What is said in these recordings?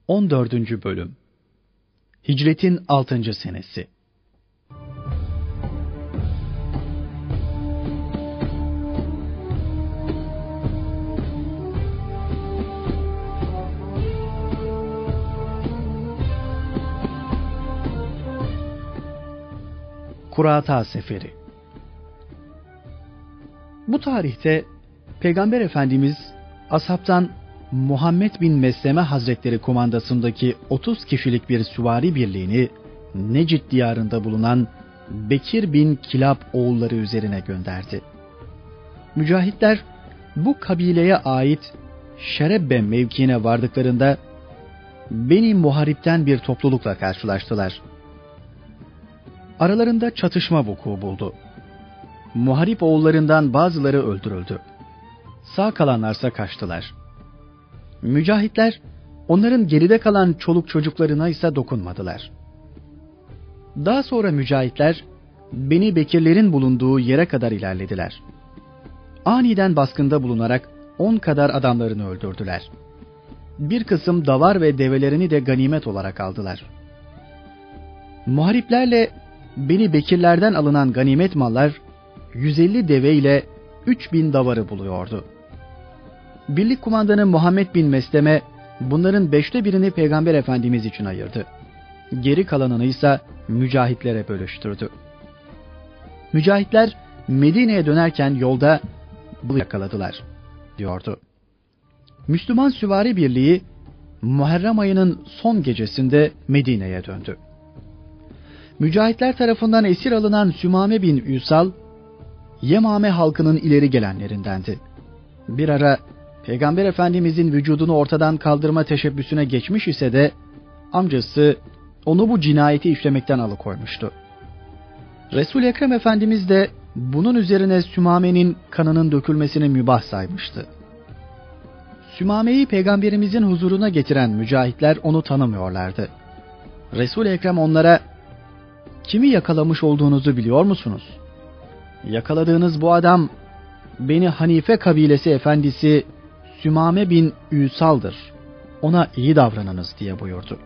14. Bölüm Hicretin 6. senesi. Kurata Seferi. Bu tarihte Peygamber Efendimiz ashabtan Muhammed bin Mesleme Hazretleri komandasındaki 30 kişilik bir süvari birliğini Necid diyarında bulunan Bekir bin Kilab oğulları üzerine gönderdi. Mücahitler bu kabileye ait Şerebbe mevkiine vardıklarında Beni Muharip'ten bir toplulukla karşılaştılar. Aralarında çatışma vuku buldu. Muharip oğullarından bazıları öldürüldü. Sağ kalanlarsa kaçtılar. Mücahitler onların geride kalan çoluk çocuklarına ise dokunmadılar. Daha sonra mücahitler Beni Bekirlerin bulunduğu yere kadar ilerlediler. Aniden baskında bulunarak 10 kadar adamlarını öldürdüler. Bir kısım davar ve develerini de ganimet olarak aldılar. Muhariplerle Beni Bekirlerden alınan ganimet mallar 150 deve ile 3000 davarı buluyordu. Birlik kumandanı Muhammed bin Mesleme bunların 5'te birini Peygamber Efendimiz için ayırdı. Geri kalanını ise mücahitlere bölüştürdü. Mücahitler Medine'ye dönerken yolda bunu yakaladılar diyordu. Müslüman süvari birliği Muharrem ayının son gecesinde Medine'ye döndü. Mücahitler tarafından esir alınan Sümame bin Üsal, Yemame halkının ileri gelenlerindendi. Bir ara Peygamber Efendimizin vücudunu ortadan kaldırma teşebbüsüne geçmiş ise de amcası onu bu cinayeti işlemekten alıkoymuştu. Resul-i Ekrem Efendimiz de bunun üzerine Sümame'nin kanının dökülmesini mübah saymıştı. Sümame'yi Peygamberimizin huzuruna getiren mücahitler onu tanımıyorlardı. Resul-i Ekrem onlara "Kimi yakalamış olduğunuzu biliyor musunuz? Yakaladığınız bu adam Beni Hanife kabilesi efendisi Sümame bin Üsal'dır. Ona iyi davranınız" diye buyurdu.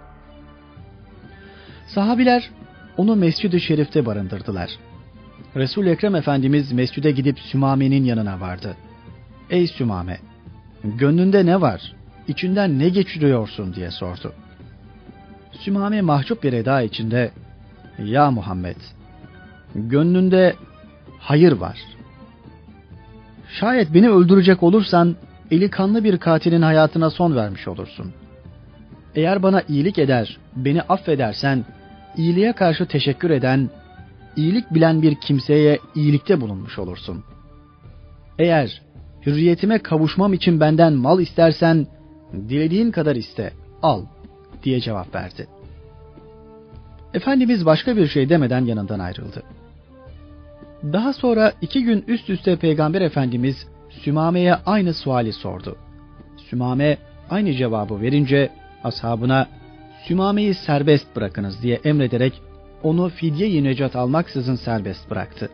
Sahabiler onu Mescid-i Şerif'te barındırdılar. Resul-i Ekrem Efendimiz mescide gidip Sümame'nin yanına vardı. "Ey Sümame, gönlünde ne var? İçinden ne geçiriyorsun?" diye sordu. Sümame mahcup bir eda içinde "Ya Muhammed, gönlünde hayır var. Şayet beni öldürecek olursan eli kanlı bir katilin hayatına son vermiş olursun. Eğer bana iyilik eder, beni affedersen, iyiliğe karşı teşekkür eden, iyilik bilen bir kimseye iyilikte bulunmuş olursun. Eğer hürriyetime kavuşmam için benden mal istersen, dilediğin kadar iste, al" diye cevap verdi. Efendimiz başka bir şey demeden yanından ayrıldı. Daha sonra 2 gün üst üste Peygamber Efendimiz Sümame'ye aynı suali sordu. Sümame aynı cevabı verince ashabına "Sümame'yi serbest bırakınız" diye emrederek onu fidye-i necat almaksızın serbest bıraktı.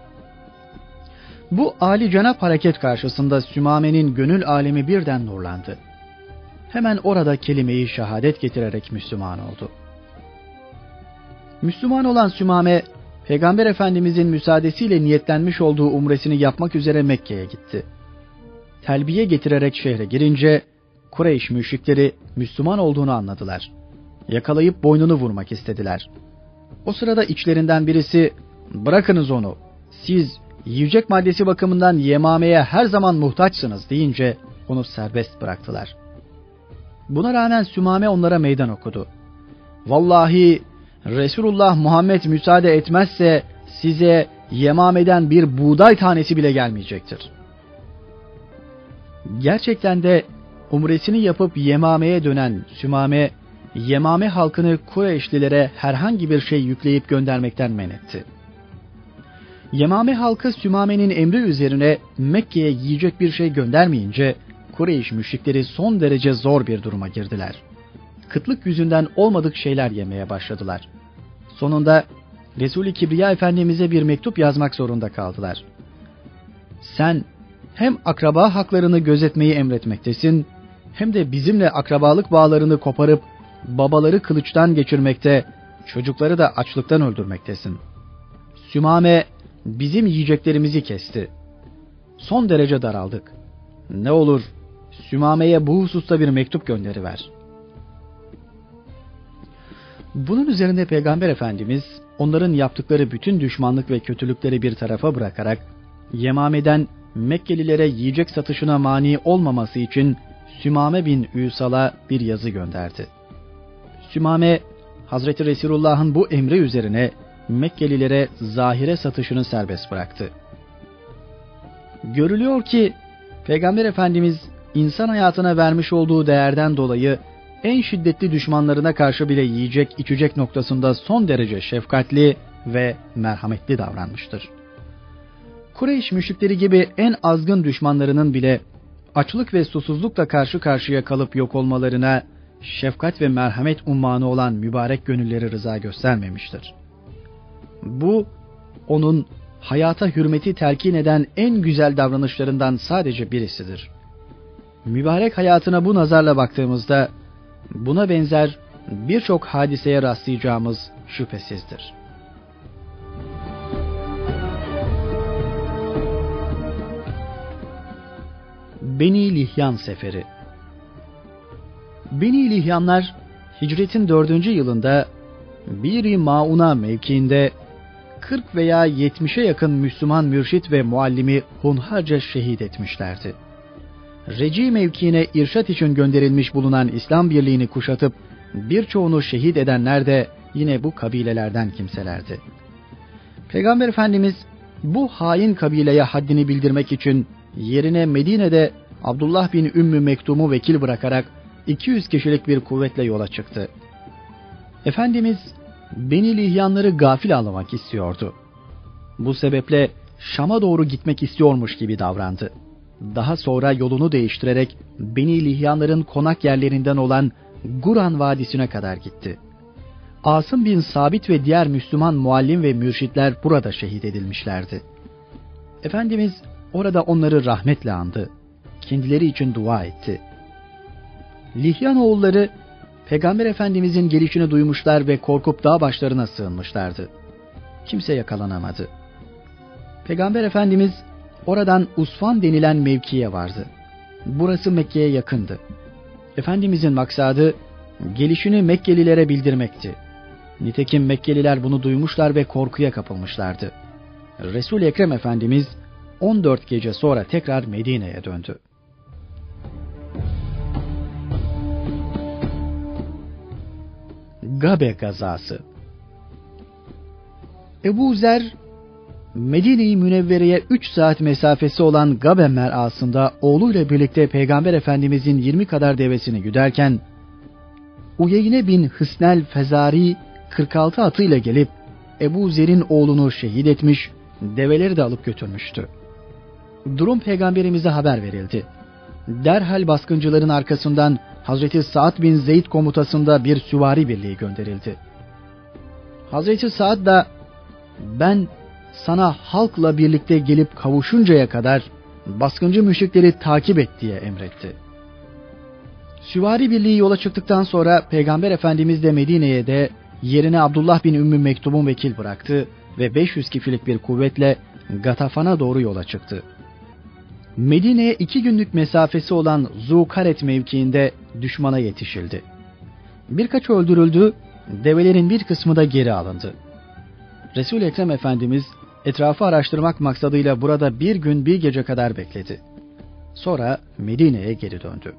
Bu âli-cenap hareket karşısında Sümame'nin gönül alemi birden nurlandı. Hemen orada kelime-i şehadet getirerek Müslüman oldu. Müslüman olan Sümame, Peygamber Efendimizin müsaadesiyle niyetlenmiş olduğu umresini yapmak üzere Mekke'ye gitti. Telbiye getirerek şehre girince Kureyş müşrikleri Müslüman olduğunu anladılar. Yakalayıp boynunu vurmak istediler. O sırada içlerinden birisi "Bırakınız onu, siz yiyecek maddesi bakımından Yemame'ye her zaman muhtaçsınız" deyince onu serbest bıraktılar. Buna rağmen Sümame onlara meydan okudu. "Vallahi Resulullah Muhammed müsaade etmezse size Yemame'den bir buğday tanesi bile gelmeyecektir." Gerçekten de umresini yapıp Yemame'ye dönen Sümame, Yemame halkını Kureyşlilere herhangi bir şey yükleyip göndermekten men etti. Yemame halkı Sümame'nin emri üzerine Mekke'ye yiyecek bir şey göndermeyince Kureyş müşrikleri son derece zor bir duruma girdiler. Kıtlık yüzünden olmadık şeyler yemeye başladılar. Sonunda Resul-i Kibriya Efendimiz'e bir mektup yazmak zorunda kaldılar. "Sen hem akraba haklarını gözetmeyi emretmektesin, hem de bizimle akrabalık bağlarını koparıp babaları kılıçtan geçirmekte, çocukları da açlıktan öldürmektesin. Sümame bizim yiyeceklerimizi kesti. Son derece daraldık. Ne olur Sümame'ye bu hususta bir mektup gönderiver. Bunun üzerine Peygamber Efendimiz onların yaptıkları bütün düşmanlık ve kötülükleri bir tarafa bırakarak Yemame'den Mekkelilere yiyecek satışına mani olmaması için Sümame bin Üsal'a bir yazı gönderdi. Sümame, Hazreti Resulullah'ın bu emri üzerine Mekkelilere zahire satışını serbest bıraktı. Görülüyor ki Peygamber Efendimiz insan hayatına vermiş olduğu değerden dolayı en şiddetli düşmanlarına karşı bile yiyecek içecek noktasında son derece şefkatli ve merhametli davranmıştır. Kureyş müşrikleri gibi en azgın düşmanlarının bile açlık ve susuzlukla karşı karşıya kalıp yok olmalarına şefkat ve merhamet ummanı olan mübarek gönülleri rıza göstermemiştir. Bu, onun hayata hürmeti telkin eden en güzel davranışlarından sadece birisidir. Mübarek hayatına bu nazarla baktığımızda, buna benzer birçok hadiseye rastlayacağımız şüphesizdir. Beni Lihyan Seferi. Beni Lihyanlar hicretin 4. yılında Bir-i Mauna mevkiinde 40 veya 70'e yakın Müslüman mürşit ve muallimi hunharca şehit etmişlerdi. Reci mevkiine irşat için gönderilmiş bulunan İslam birliğini kuşatıp birçoğunu şehit edenler de yine bu kabilelerden kimselerdi. Peygamber Efendimiz bu hain kabileye haddini bildirmek için yerine Medine'de Abdullah bin Ümmü Mektum'u vekil bırakarak 200 kişilik bir kuvvetle yola çıktı. Efendimiz Beni Lihyanları gafil almak istiyordu. Bu sebeple Şam'a doğru gitmek istiyormuş gibi davrandı. Daha sonra yolunu değiştirerek Beni Lihyanların konak yerlerinden olan Guran Vadisi'ne kadar gitti. Asım bin Sabit ve diğer Müslüman muallim ve mürşitler burada şehit edilmişlerdi. Efendimiz orada onları rahmetle andı. Kendileri için dua etti. Lihyan oğulları Peygamber Efendimizin gelişini duymuşlar ve korkup dağ başlarına sığınmışlardı. Kimse yakalanamadı. Peygamber Efendimiz oradan Usfan denilen mevkiye vardı. Burası Mekke'ye yakındı. Efendimizin maksadı gelişini Mekkelilere bildirmekti. Nitekim Mekkeliler bunu duymuşlar ve korkuya kapılmışlardı. Resul-i Ekrem Efendimiz 14 gece sonra tekrar Medine'ye döndü. Gabe gazası. Ebu Zer, Medine-i Münevvere'ye 3 saat mesafesi olan Gabe merasında oğluyla birlikte Peygamber Efendimizin 20 kadar devesini güderken, Uyeyne bin Hısnel Fezari 46 atıyla gelip Ebu Zer'in oğlunu şehit etmiş, develeri de alıp götürmüştü. Durum Peygamberimize haber verildi. Derhal baskıncıların arkasından Hazreti Sa'd bin Zeyd komutasında bir süvari birliği gönderildi. Hazreti Sa'd da ben sana halkla birlikte gelip kavuşuncaya kadar baskıncı müşrikleri takip et diye emretti. Süvari birliği yola çıktıktan sonra Peygamber Efendimiz de Medine'ye de yerine Abdullah bin Ümmü Mektum'u vekil bıraktı ve 500 kişilik bir kuvvetle Gatafan'a doğru yola çıktı. Medine'ye 2 günlük mesafesi olan Zukaret mevkiinde düşmana yetişildi. Birkaç öldürüldü, develerin bir kısmı da geri alındı. Resul-i Ekrem Efendimiz etrafı araştırmak maksadıyla burada 1 gün 1 gece kadar bekledi. Sonra Medine'ye geri döndü.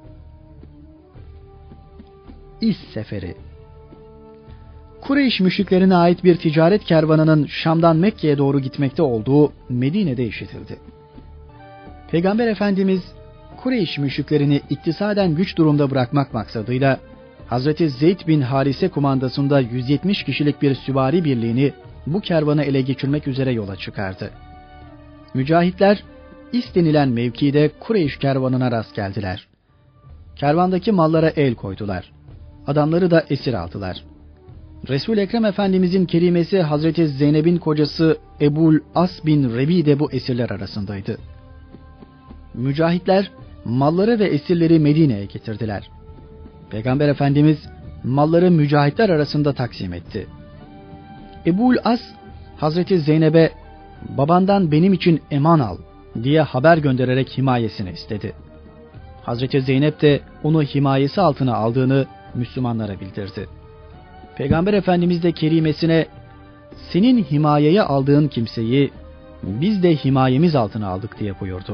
İs Seferi. Kureyş müşriklerine ait bir ticaret kervanının Şam'dan Mekke'ye doğru gitmekte olduğu Medine'de işitildi. Peygamber Efendimiz Kureyş müşriklerini iktisaden güç durumda bırakmak maksadıyla Hazreti Zeyd bin Harise kumandasında 170 kişilik bir süvari birliğini bu kervanı ele geçirmek üzere yola çıkardı. Mücahitler istenilen mevkide Kureyş kervanına rast geldiler. Kervandaki mallara el koydular. Adamları da esir aldılar. Resul-i Ekrem Efendimizin kerimesi Hazreti Zeynep'in kocası Ebul As bin Rebi de bu esirler arasındaydı. Mücahitler malları ve esirleri Medine'ye getirdiler. Peygamber Efendimiz malları mücahitler arasında taksim etti. Ebu'l As, Hazreti Zeynep'e babandan benim için eman al diye haber göndererek himayesini istedi. Hazreti Zeynep de onu himayesi altına aldığını Müslümanlara bildirdi. Peygamber Efendimiz de kerimesine senin himayeye aldığın kimseyi biz de himayemiz altına aldık diye buyurdu.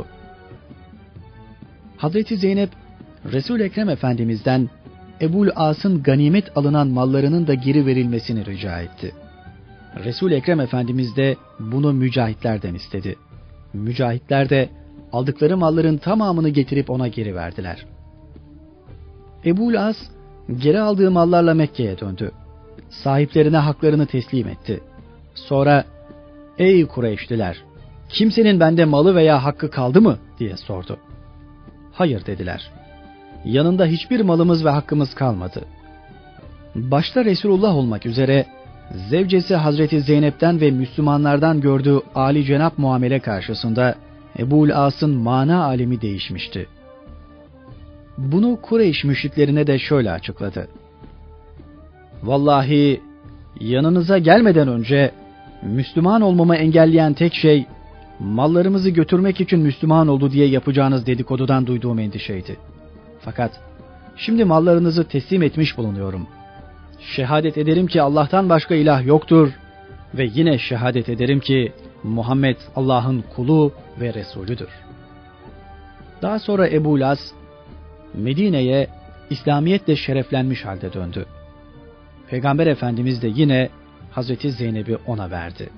Hazreti Zeynep Resul-i Ekrem Efendimiz'den Ebu'l As'ın ganimet alınan mallarının da geri verilmesini rica etti. Resul-i Ekrem Efendimiz de bunu mücahitlerden istedi. Mücahitler de aldıkları malların tamamını getirip ona geri verdiler. Ebu'l As geri aldığı mallarla Mekke'ye döndü. Sahiplerine haklarını teslim etti. Sonra ey Kureyşliler, kimsenin bende malı veya hakkı kaldı mı diye sordu. Hayır dediler. Yanında hiçbir malımız ve hakkımız kalmadı. Başta Resulullah olmak üzere zevcesi Hazreti Zeynep'ten ve Müslümanlardan gördüğü âli cenap muamele karşısında Ebu'l As'ın mana alemi değişmişti. Bunu Kureyş müşriklerine de şöyle açıkladı. Vallahi yanınıza gelmeden önce Müslüman olmamı engelleyen tek şey mallarımızı götürmek için Müslüman oldu diye yapacağınız dedikodudan duyduğum endişeydi. Fakat şimdi mallarınızı teslim etmiş bulunuyorum. Şehadet ederim ki Allah'tan başka ilah yoktur ve yine şehadet ederim ki Muhammed Allah'ın kulu ve Resulüdür. Daha sonra Ebu'l As Medine'ye İslamiyetle şereflenmiş halde döndü. Peygamber Efendimiz de yine Hazreti Zeynep'i ona verdi.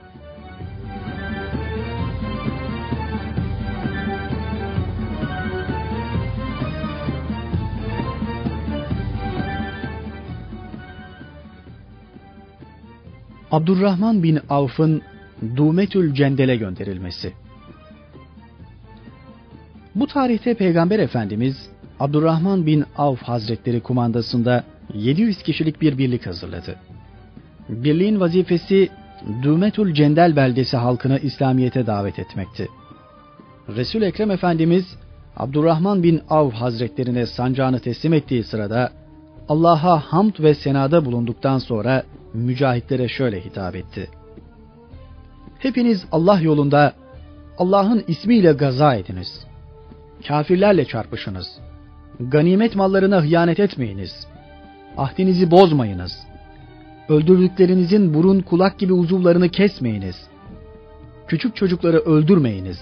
Abdurrahman bin Avf'ın Dumetül Cendel'e gönderilmesi. Bu tarihte Peygamber Efendimiz Abdurrahman bin Avf Hazretleri kumandasında 700 kişilik bir birlik hazırladı. Birliğin vazifesi Dumetül Cendel beldesi halkını İslamiyet'e davet etmekti. Resul-i Ekrem Efendimiz Abdurrahman bin Avf Hazretlerine sancağını teslim ettiği sırada Allah'a hamd ve senada bulunduktan sonra mücahitlere şöyle hitap etti. Hepiniz Allah yolunda Allah'ın ismiyle gaza ediniz. Kafirlerle çarpışınız. Ganimet mallarına hıyanet etmeyiniz. Ahdinizi bozmayınız. Öldürdüklerinizin burun kulak gibi uzuvlarını kesmeyiniz. Küçük çocukları öldürmeyiniz.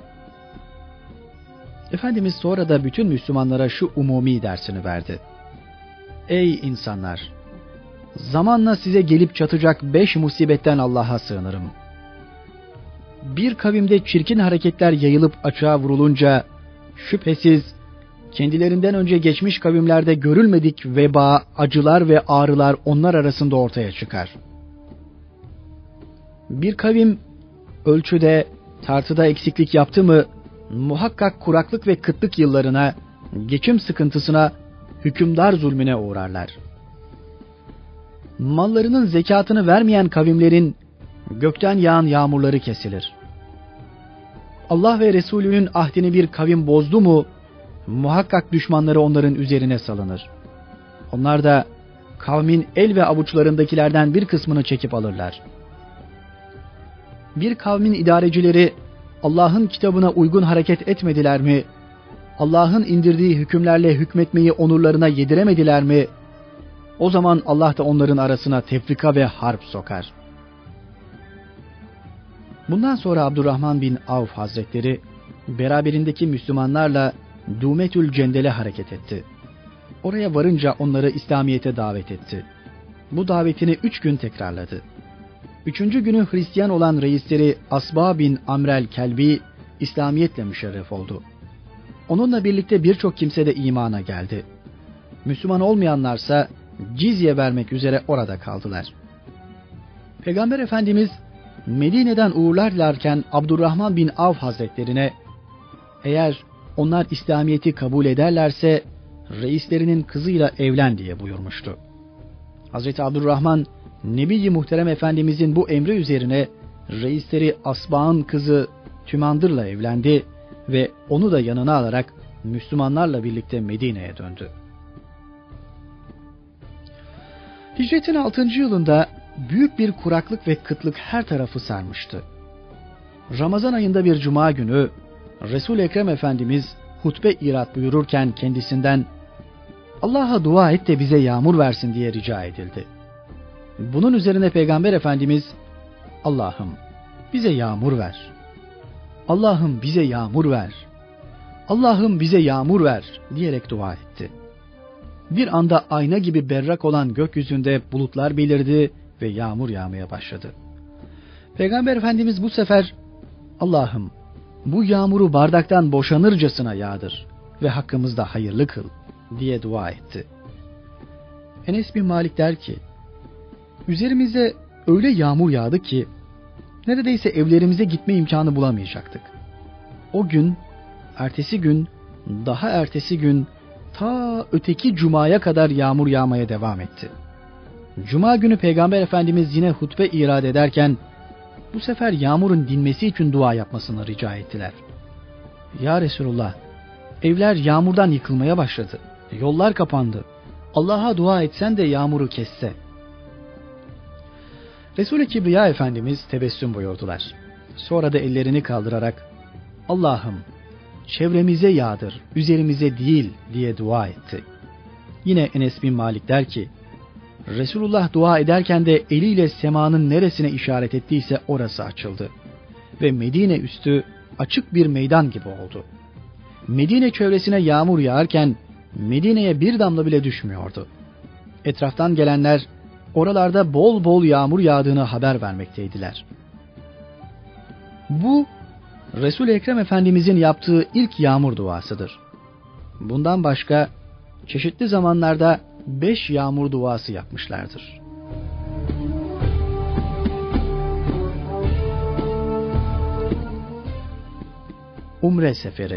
Efendimiz sonra da bütün Müslümanlara şu umumi dersini verdi. Ey insanlar! Zamanla size gelip çatacak 5 musibetten Allah'a sığınırım. Bir kavimde çirkin hareketler yayılıp açığa vurulunca şüphesiz kendilerinden önce geçmiş kavimlerde görülmedik veba, acılar ve ağrılar onlar arasında ortaya çıkar. Bir kavim ölçüde, tartıda eksiklik yaptı mı muhakkak kuraklık ve kıtlık yıllarına, geçim sıkıntısına, hükümdar zulmüne uğrarlar. Mallarının zekatını vermeyen kavimlerin gökten yağan yağmurları kesilir. Allah ve Resulünün ahdini bir kavim bozdu mu, muhakkak düşmanları onların üzerine salınır. Onlar da kavmin el ve avuçlarındakilerden bir kısmını çekip alırlar. Bir kavmin idarecileri Allah'ın kitabına uygun hareket etmediler mi, Allah'ın indirdiği hükümlerle hükmetmeyi onurlarına yediremediler mi, o zaman Allah da onların arasına tefrika ve harp sokar. Bundan sonra Abdurrahman bin Avf Hazretleri beraberindeki Müslümanlarla Dumetül Cendel'e hareket etti. Oraya varınca onları İslamiyet'e davet etti. Bu davetini 3 gün tekrarladı. 3. günü Hristiyan olan reisleri Asba bin Amrel Kelbi İslamiyetle müşerref oldu. Onunla birlikte birçok kimse de imana geldi. Müslüman olmayanlarsa cizye vermek üzere orada kaldılar. Peygamber Efendimiz Medine'den uğurlarlarken Abdurrahman bin Avf Hazretlerine eğer onlar İslamiyet'i kabul ederlerse reislerinin kızıyla evlen diye buyurmuştu. Hazreti Abdurrahman Nebi-i Muhterem Efendimizin bu emri üzerine reisleri Asba'nın kızı Tümandır'la evlendi ve onu da yanına alarak Müslümanlarla birlikte Medine'ye döndü. Hicretin 6. yılında büyük bir kuraklık ve kıtlık her tarafı sarmıştı. Ramazan ayında bir cuma günü Resul-i Ekrem Efendimiz hutbe irat buyururken kendisinden Allah'a dua et de bize yağmur versin diye rica edildi. Bunun üzerine Peygamber Efendimiz Allah'ım bize yağmur ver. Allah'ım bize yağmur ver. Allah'ım bize yağmur ver diyerek dua etti. Bir anda ayna gibi berrak olan gökyüzünde bulutlar belirdi ve yağmur yağmaya başladı. Peygamber Efendimiz bu sefer Allah'ım bu yağmuru bardaktan boşanırcasına yağdır ve hakkımızda hayırlı kıl diye dua etti. Enes bin Malik der ki, üzerimize öyle yağmur yağdı ki neredeyse evlerimize gitme imkanı bulamayacaktık. O gün, ertesi gün, daha ertesi gün ta öteki cumaya kadar yağmur yağmaya devam etti. Cuma günü Peygamber Efendimiz yine hutbe irad ederken bu sefer yağmurun dinmesi için dua yapmasını rica ettiler. Ya Resulullah, evler yağmurdan yıkılmaya başladı. Yollar kapandı. Allah'a dua etsen de yağmuru kesse. Resul-i Kibriya Efendimiz tebessüm buyurdular. Sonra da ellerini kaldırarak Allah'ım çevremize yağdır, üzerimize değil diye dua etti. Yine Enes bin Malik der ki, Resulullah dua ederken de eliyle semanın neresine işaret ettiyse orası açıldı. Ve Medine üstü açık bir meydan gibi oldu. Medine çevresine yağmur yağarken Medine'ye bir damla bile düşmüyordu. Etraftan gelenler oralarda bol bol yağmur yağdığını haber vermekteydiler. Bu Resul-i Ekrem Efendimizin yaptığı ilk yağmur duasıdır. Bundan başka çeşitli zamanlarda 5 yağmur duası yapmışlardır. Umre seferi.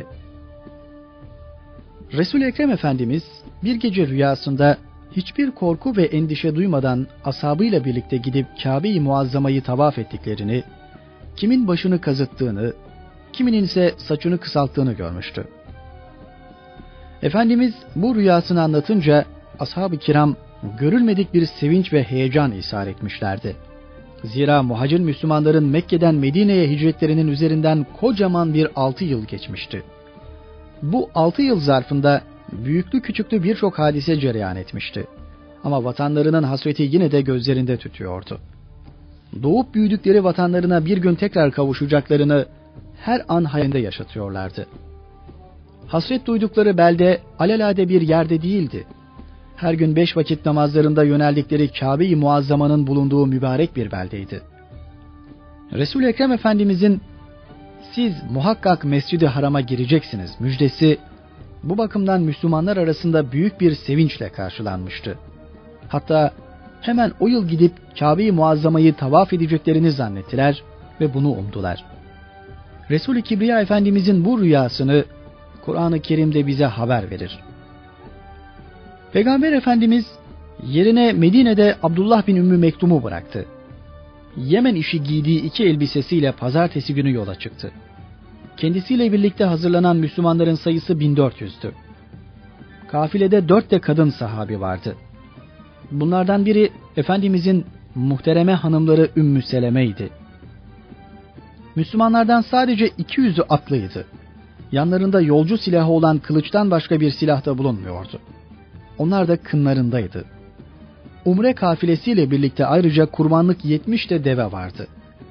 Resul-i Ekrem Efendimiz bir gece rüyasında hiçbir korku ve endişe duymadan ashabıyla birlikte gidip Kabe-i Muazzama'yı tavaf ettiklerini, kimin başını kazıttığını, kiminin ise saçını kısalttığını görmüştü. Efendimiz bu rüyasını anlatınca ashab-ı kiram görülmedik bir sevinç ve heyecan ishar etmişlerdi. Zira muhacir Müslümanların Mekke'den Medine'ye hicretlerinin üzerinden kocaman bir 6 yıl geçmişti. Bu 6 yıl zarfında büyüklü küçüklü birçok hadise cereyan etmişti. Ama vatanlarının hasreti yine de gözlerinde tütüyordu. Doğup büyüdükleri vatanlarına bir gün tekrar kavuşacaklarını her an hayalinde yaşatıyorlardı. Hasret duydukları belde alelade bir yerde değildi. Her gün 5 vakit namazlarında yöneldikleri Kabe-i Muazzama'nın bulunduğu mübarek bir beldeydi. Resul-i Ekrem Efendimizin siz muhakkak Mescid-i Haram'a gireceksiniz müjdesi bu bakımdan Müslümanlar arasında büyük bir sevinçle karşılanmıştı. Hatta hemen o yıl gidip Kabe-i Muazzama'yı tavaf edeceklerini zannettiler ve bunu umdular. Resul-i Kibriya Efendimizin bu rüyasını Kur'an-ı Kerim'de bize haber verir. Peygamber Efendimiz yerine Medine'de Abdullah bin Ümmü Mektum'u bıraktı. Yemen işi giydiği 2 elbisesiyle pazartesi günü yola çıktı. Kendisiyle birlikte hazırlanan Müslümanların sayısı 1400'tü. Kafilede 4 de kadın sahabi vardı. Bunlardan biri Efendimizin muhtereme hanımları Ümmü Seleme'ydi. Müslümanlardan sadece 200'ü atlıydı. Yanlarında yolcu silahı olan kılıçtan başka bir silah da bulunmuyordu. Onlar da kınlarındaydı. Umre kafilesiyle birlikte ayrıca kurbanlık 70 de deve vardı.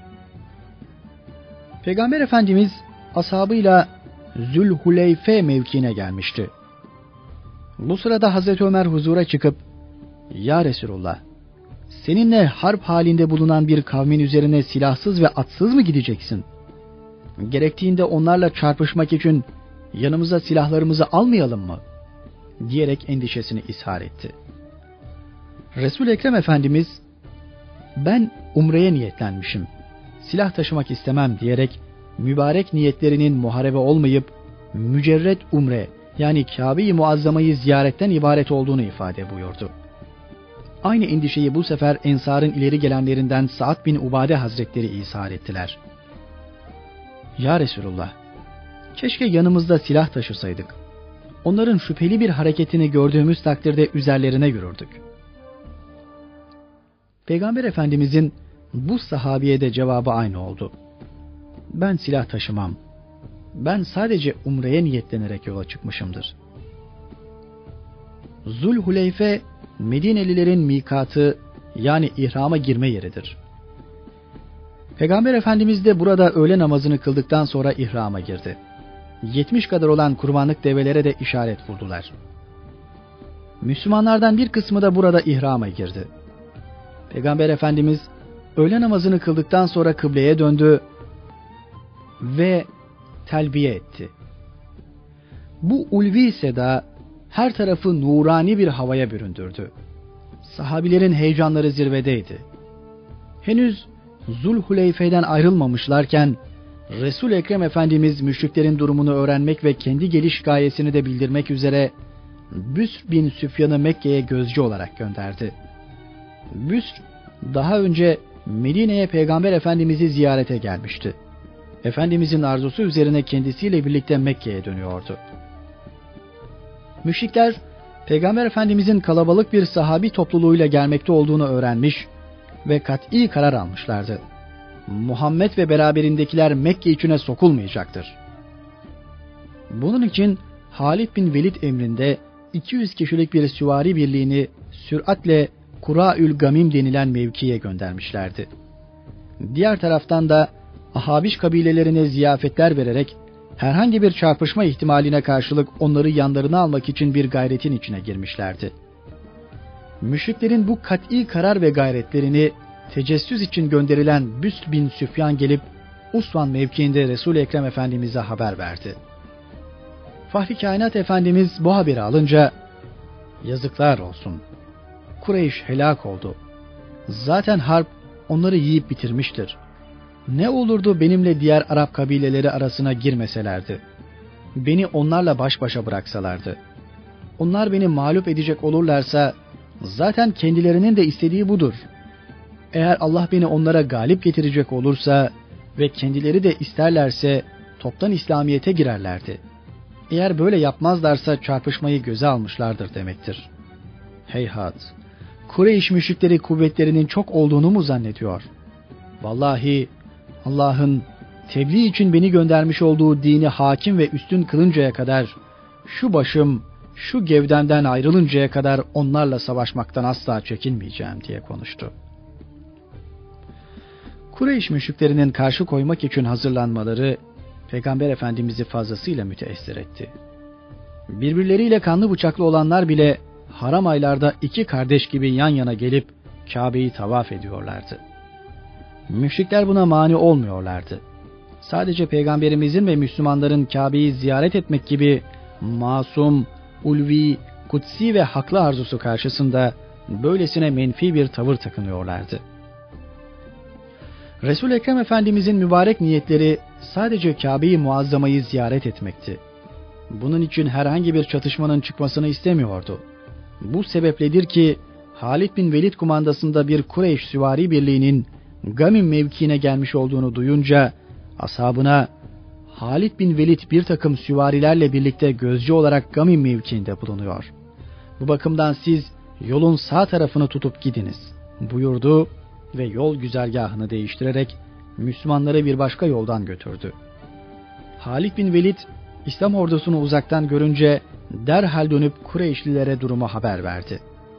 Peygamber Efendimiz ashabıyla Zülhuleyfe mevkiine gelmişti. Bu sırada Hazreti Ömer huzura çıkıp "Ya Resulullah, seninle harp halinde bulunan bir kavmin üzerine silahsız ve atsız mı gideceksin? Gerektiğinde onlarla çarpışmak için yanımıza silahlarımızı almayalım mı?" diyerek endişesini ishar etti. Resul-i Ekrem Efendimiz "Ben umreye niyetlenmişim, silah taşımak istemem" diyerek mübarek niyetlerinin muharebe olmayıp mücerret umre yani Kabe-i Muazzama'yı ziyaretten ibaret olduğunu ifade buyurdu. Aynı endişeyi bu sefer Ensar'ın ileri gelenlerinden Sa'd bin Ubade Hazretleri ishar ettiler. "Ya Resulullah, keşke yanımızda silah taşısaydık. onların şüpheli bir hareketini gördüğümüz takdirde üzerlerine yürürdük. Peygamber Efendimizin bu sahabiye de cevabı aynı oldu. Ben silah taşımam. Ben sadece umreye niyetlenerek yola çıkmışımdır. Zulhuleyfe, Medinelilerin mikatı yani ihrama girme yeridir. Peygamber Efendimiz de burada öğle namazını kıldıktan sonra ihrama girdi. 70 kadar olan kurbanlık develere de işaret vurdular. Müslümanlardan bir kısmı da burada ihrama girdi. Peygamber Efendimiz öğle namazını kıldıktan sonra kıbleye döndü ve telbiye etti. Bu ulvi seda her tarafı nurani bir havaya büründürdü. Sahabilerin heyecanları zirvedeydi. Henüz Zulhuleyfe'den ayrılmamışlarken Resul-i Ekrem Efendimiz müşriklerin durumunu öğrenmek ve kendi geliş gayesini de bildirmek üzere Büsr bin Süfyan'ı Mekke'ye gözcü olarak gönderdi. Büsr daha önce Medine'ye Peygamber Efendimiz'i ziyarete gelmişti. Efendimizin arzusu üzerine kendisiyle birlikte Mekke'ye dönüyordu. Müşrikler Peygamber Efendimizin kalabalık bir sahabi topluluğuyla gelmekte olduğunu öğrenmiş ve kat'i karar almışlardı. Muhammed ve beraberindekiler Mekke içine sokulmayacaktır. Bunun için Halid bin Velid emrinde 200 kişilik bir süvari birliğini süratle Kura'ül Gamim denilen mevkiye göndermişlerdi. Diğer taraftan da Ahabiş kabilelerine ziyafetler vererek herhangi bir çarpışma ihtimaline karşılık onları yanlarına almak için bir gayretin içine girmişlerdi. Müşriklerin bu kat'i karar ve gayretlerini tecessüs için gönderilen Büsr bin Süfyan gelip Usvan mevkiinde Resul-i Ekrem Efendimiz'e haber verdi. Fahri Kainat Efendimiz bu haberi alınca yazıklar olsun. Kureyş helak oldu. Zaten harp onları yiyip bitirmiştir. Ne olurdu benimle diğer Arap kabileleri arasına girmeselerdi. Beni onlarla baş başa bıraksalardı. Onlar beni mağlup edecek olurlarsa zaten kendilerinin de istediği budur. Eğer Allah beni onlara galip getirecek olursa ve kendileri de isterlerse toptan İslamiyet'e girerlerdi. Eğer böyle yapmazlarsa çarpışmayı göze almışlardır demektir. Heyhat! Kureyş müşrikleri kuvvetlerinin çok olduğunu mu zannediyor? Vallahi Allah'ın tebliğ için beni göndermiş olduğu dini hakim ve üstün kılıncaya kadar, şu başım, şu gevdemden ayrılıncaya kadar onlarla savaşmaktan asla çekinmeyeceğim diye konuştu. Kureyş müşriklerinin karşı koymak için hazırlanmaları Peygamber Efendimiz'i fazlasıyla müteessir etti. Birbirleriyle kanlı bıçaklı olanlar bile haram aylarda iki kardeş gibi yan yana gelip Kabe'yi tavaf ediyorlardı. Müşrikler buna mani olmuyorlardı. Sadece Peygamberimizin ve Müslümanların Kabe'yi ziyaret etmek gibi masum, ulvi, kutsi ve haklı arzusu karşısında böylesine menfi bir tavır takınıyorlardı. Resul-i Ekrem Efendimizin mübarek niyetleri sadece Kabe-i Muazzama'yı ziyaret etmekti. Bunun için herhangi bir çatışmanın çıkmasını istemiyordu. Bu sebepledir ki Halid bin Velid kumandasında bir Kureyş süvari birliğinin Gamim mevkiine gelmiş olduğunu duyunca ashabına Halid bin Velid bir takım süvarilerle birlikte gözcü olarak Gamim mevkiinde bulunuyor. Bu bakımdan siz yolun sağ tarafını tutup gidiniz buyurdu ve yol güzergahını değiştirerek Müslümanları bir başka yoldan götürdü. Halid bin Velid İslam ordusunu uzaktan görünce derhal dönüp Kureyşlilere durumu haber verdi.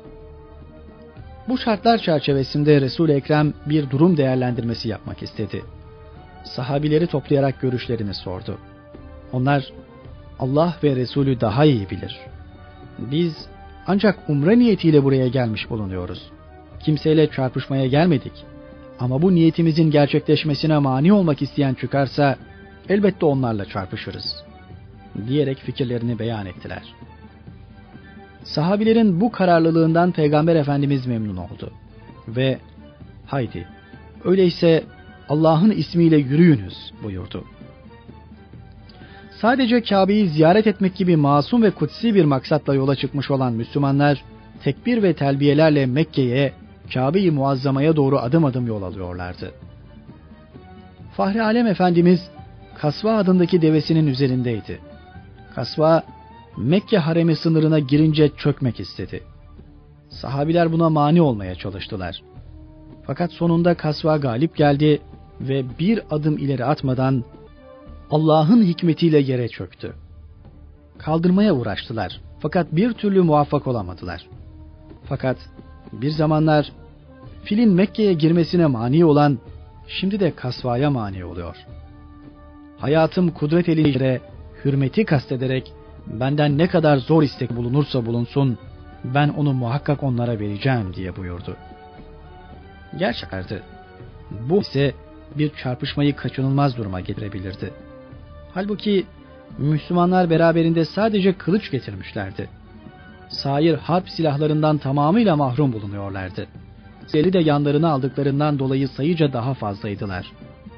Bu şartlar çerçevesinde Resul-i Ekrem bir durum değerlendirmesi yapmak istedi. Sahabileri toplayarak görüşlerini sordu. Onlar, Allah ve Resulü daha iyi bilir. Biz ancak umre niyetiyle buraya gelmiş bulunuyoruz. Kimseyle çarpışmaya gelmedik. Ama bu niyetimizin gerçekleşmesine mani olmak isteyen çıkarsa elbette onlarla çarpışırız diyerek fikirlerini beyan ettiler. Sahabilerin bu kararlılığından Peygamber Efendimiz memnun oldu ve haydi öyleyse Allah'ın ismiyle yürüyünüz buyurdu. Sadece Kabe'yi ziyaret etmek gibi masum ve kutsi bir maksatla yola çıkmış olan Müslümanlar tekbir ve telbiyelerle Mekke'ye, Kabe-i Muazzama'ya doğru adım adım yol alıyorlardı. Fahri Alem Efendimiz Kasva adındaki devesinin üzerindeydi. Kasva Mekke haremi sınırına girince çökmek istedi. Sahabiler buna mani olmaya çalıştılar. Fakat sonunda kasva galip geldi ve bir adım ileri atmadan Allah'ın hikmetiyle yere çöktü. Kaldırmaya uğraştılar fakat bir türlü muvaffak olamadılar. Fakat bir zamanlar filin Mekke'ye girmesine mani olan şimdi de kasvaya mani oluyor. Hayatım kudret eliyle hürmeti kastederek benden ne kadar zor istek bulunursa bulunsun ben onu muhakkak onlara vereceğim diye buyurdu. Gerçekten bu ise bir çarpışmayı kaçınılmaz duruma getirebilirdi. Halbuki Müslümanlar beraberinde sadece kılıç getirmişlerdi. Sair harp silahlarından tamamıyla mahrum bulunuyorlardı. Zeli de yanlarına aldıklarından dolayı sayıca daha fazlaydılar.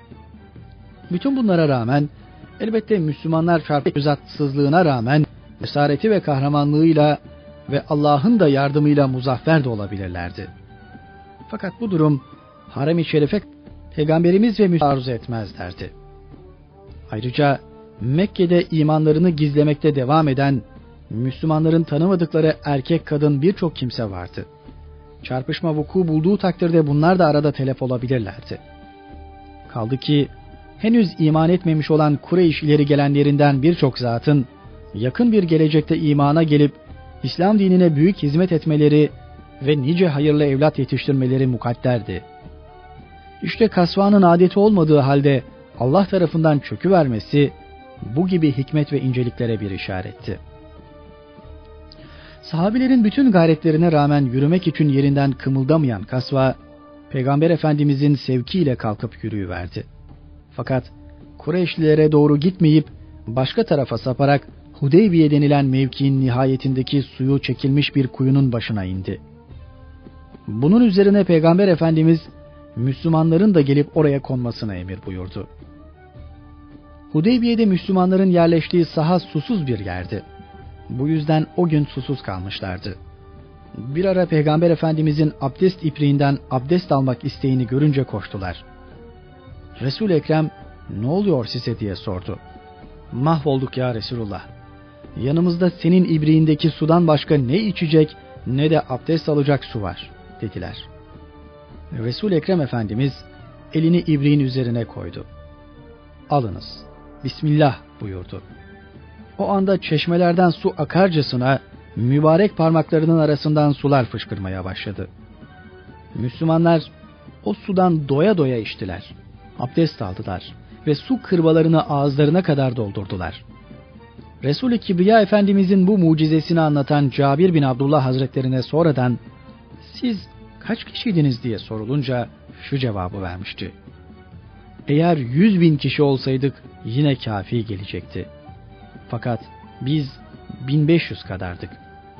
Bütün bunlara rağmen elbette Müslümanlar çarpık düzatsızlığına rağmen cesareti ve kahramanlığıyla ve Allah'ın da yardımıyla muzaffer de olabilirlerdi. Fakat bu durum Harem-i Şerif'e Peygamberimiz ve Müslümanlar arzu etmezlerdi. Ayrıca Mekke'de imanlarını gizlemekte devam eden Müslümanların tanımadıkları erkek kadın birçok kimse vardı. Çarpışma vuku bulduğu takdirde bunlar da arada telef olabilirlerdi. Kaldı ki henüz iman etmemiş olan Kureyş ileri gelenlerinden birçok zatın yakın bir gelecekte imana gelip İslam dinine büyük hizmet etmeleri ve nice hayırlı evlat yetiştirmeleri mukadderdi. İşte kasvanın adeti olmadığı halde Allah tarafından çöküvermesi bu gibi hikmet ve inceliklere bir işaretti. Sahabilerin bütün gayretlerine rağmen yürümek için yerinden kımıldamayan kasva, Peygamber Efendimizin sevkiyle kalkıp yürüyüverdi. Fakat Kureyşlilere doğru gitmeyip başka tarafa saparak Hudeybiye denilen mevkiin nihayetindeki suyu çekilmiş bir kuyunun başına indi. Bunun üzerine Peygamber Efendimiz Müslümanların da gelip oraya konmasına emir buyurdu. Hudeybiye'de Müslümanların yerleştiği saha susuz bir yerdi. Bu yüzden o gün susuz kalmışlardı. Bir ara Peygamber Efendimizin abdest ipriğinden abdest almak isteğini görünce koştular. Resul-i Ekrem ne oluyor size diye sordu. Mahvolduk ya Resulullah. Yanımızda senin ibriğindeki sudan başka ne içecek ne de abdest alacak su var dediler. Resul-i Ekrem Efendimiz elini ibriğin üzerine koydu. Alınız. Bismillah buyurdu. O anda çeşmelerden su akarcasına mübarek parmaklarının arasından sular fışkırmaya başladı. Müslümanlar o sudan doya doya içtiler. Abdest aldılar ve su kırbalarını ağızlarına kadar doldurdular. Resul-i Kibriya Efendimizin bu mucizesini anlatan Cabir bin Abdullah Hazretlerine sonradan siz kaç kişiydiniz diye sorulunca şu cevabı vermişti. Eğer 100.000 kişi olsaydık yine kafi gelecekti. Fakat biz 1500 kadardık.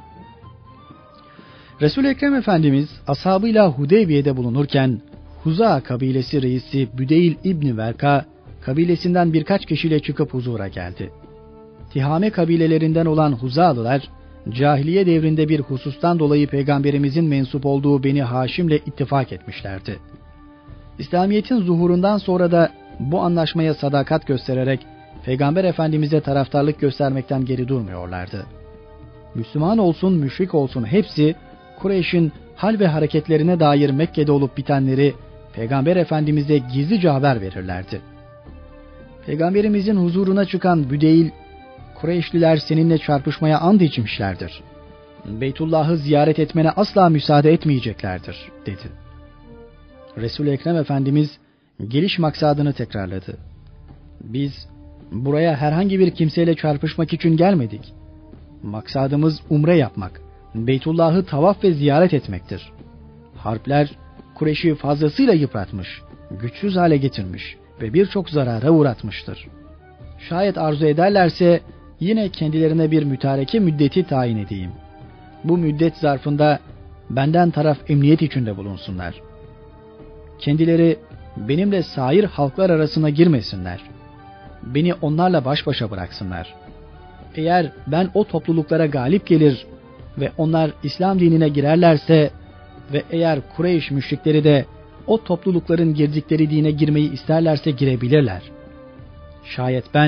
Resul-i Ekrem Efendimiz ashabıyla Hudeybiye'de bulunurken Huza kabilesi reisi Büdeyl İbni Verka kabilesinden birkaç kişiyle çıkıp huzura geldi. Tihame kabilelerinden olan Huzalılar cahiliye devrinde bir husustan dolayı Peygamberimizin mensup olduğu Beni Haşim'le ittifak etmişlerdi. İslamiyet'in zuhurundan sonra da bu anlaşmaya sadakat göstererek Peygamber Efendimiz'e taraftarlık göstermekten geri durmuyorlardı. Müslüman olsun, müşrik olsun hepsi Kureyş'in hal ve hareketlerine dair Mekke'de olup bitenleri Peygamber Efendimiz'e gizlice haber verirlerdi. Peygamberimizin huzuruna çıkan Büdeyl, Kureyşliler seninle çarpışmaya and içmişlerdir. Beytullah'ı ziyaret etmene asla müsaade etmeyeceklerdir dedi. Resul-i Ekrem Efendimiz geliş maksadını tekrarladı. Biz buraya herhangi bir kimseyle çarpışmak için gelmedik. Maksadımız umre yapmak, Beytullah'ı tavaf ve ziyaret etmektir. Harpler Kureyş'i fazlasıyla yıpratmış, güçsüz hale getirmiş ve birçok zarara uğratmıştır. Şayet arzu ederlerse yine kendilerine bir mütareke müddeti tayin edeyim. Bu müddet zarfında benden taraf emniyet içinde bulunsunlar. Kendileri benimle sair halklar arasına girmesinler. Beni onlarla baş başa bıraksınlar. Eğer ben o topluluklara galip gelir ve onlar İslam dinine girerlerse ve eğer Kureyş müşrikleri de o toplulukların girdikleri dine girmeyi isterlerse girebilirler. Şayet ben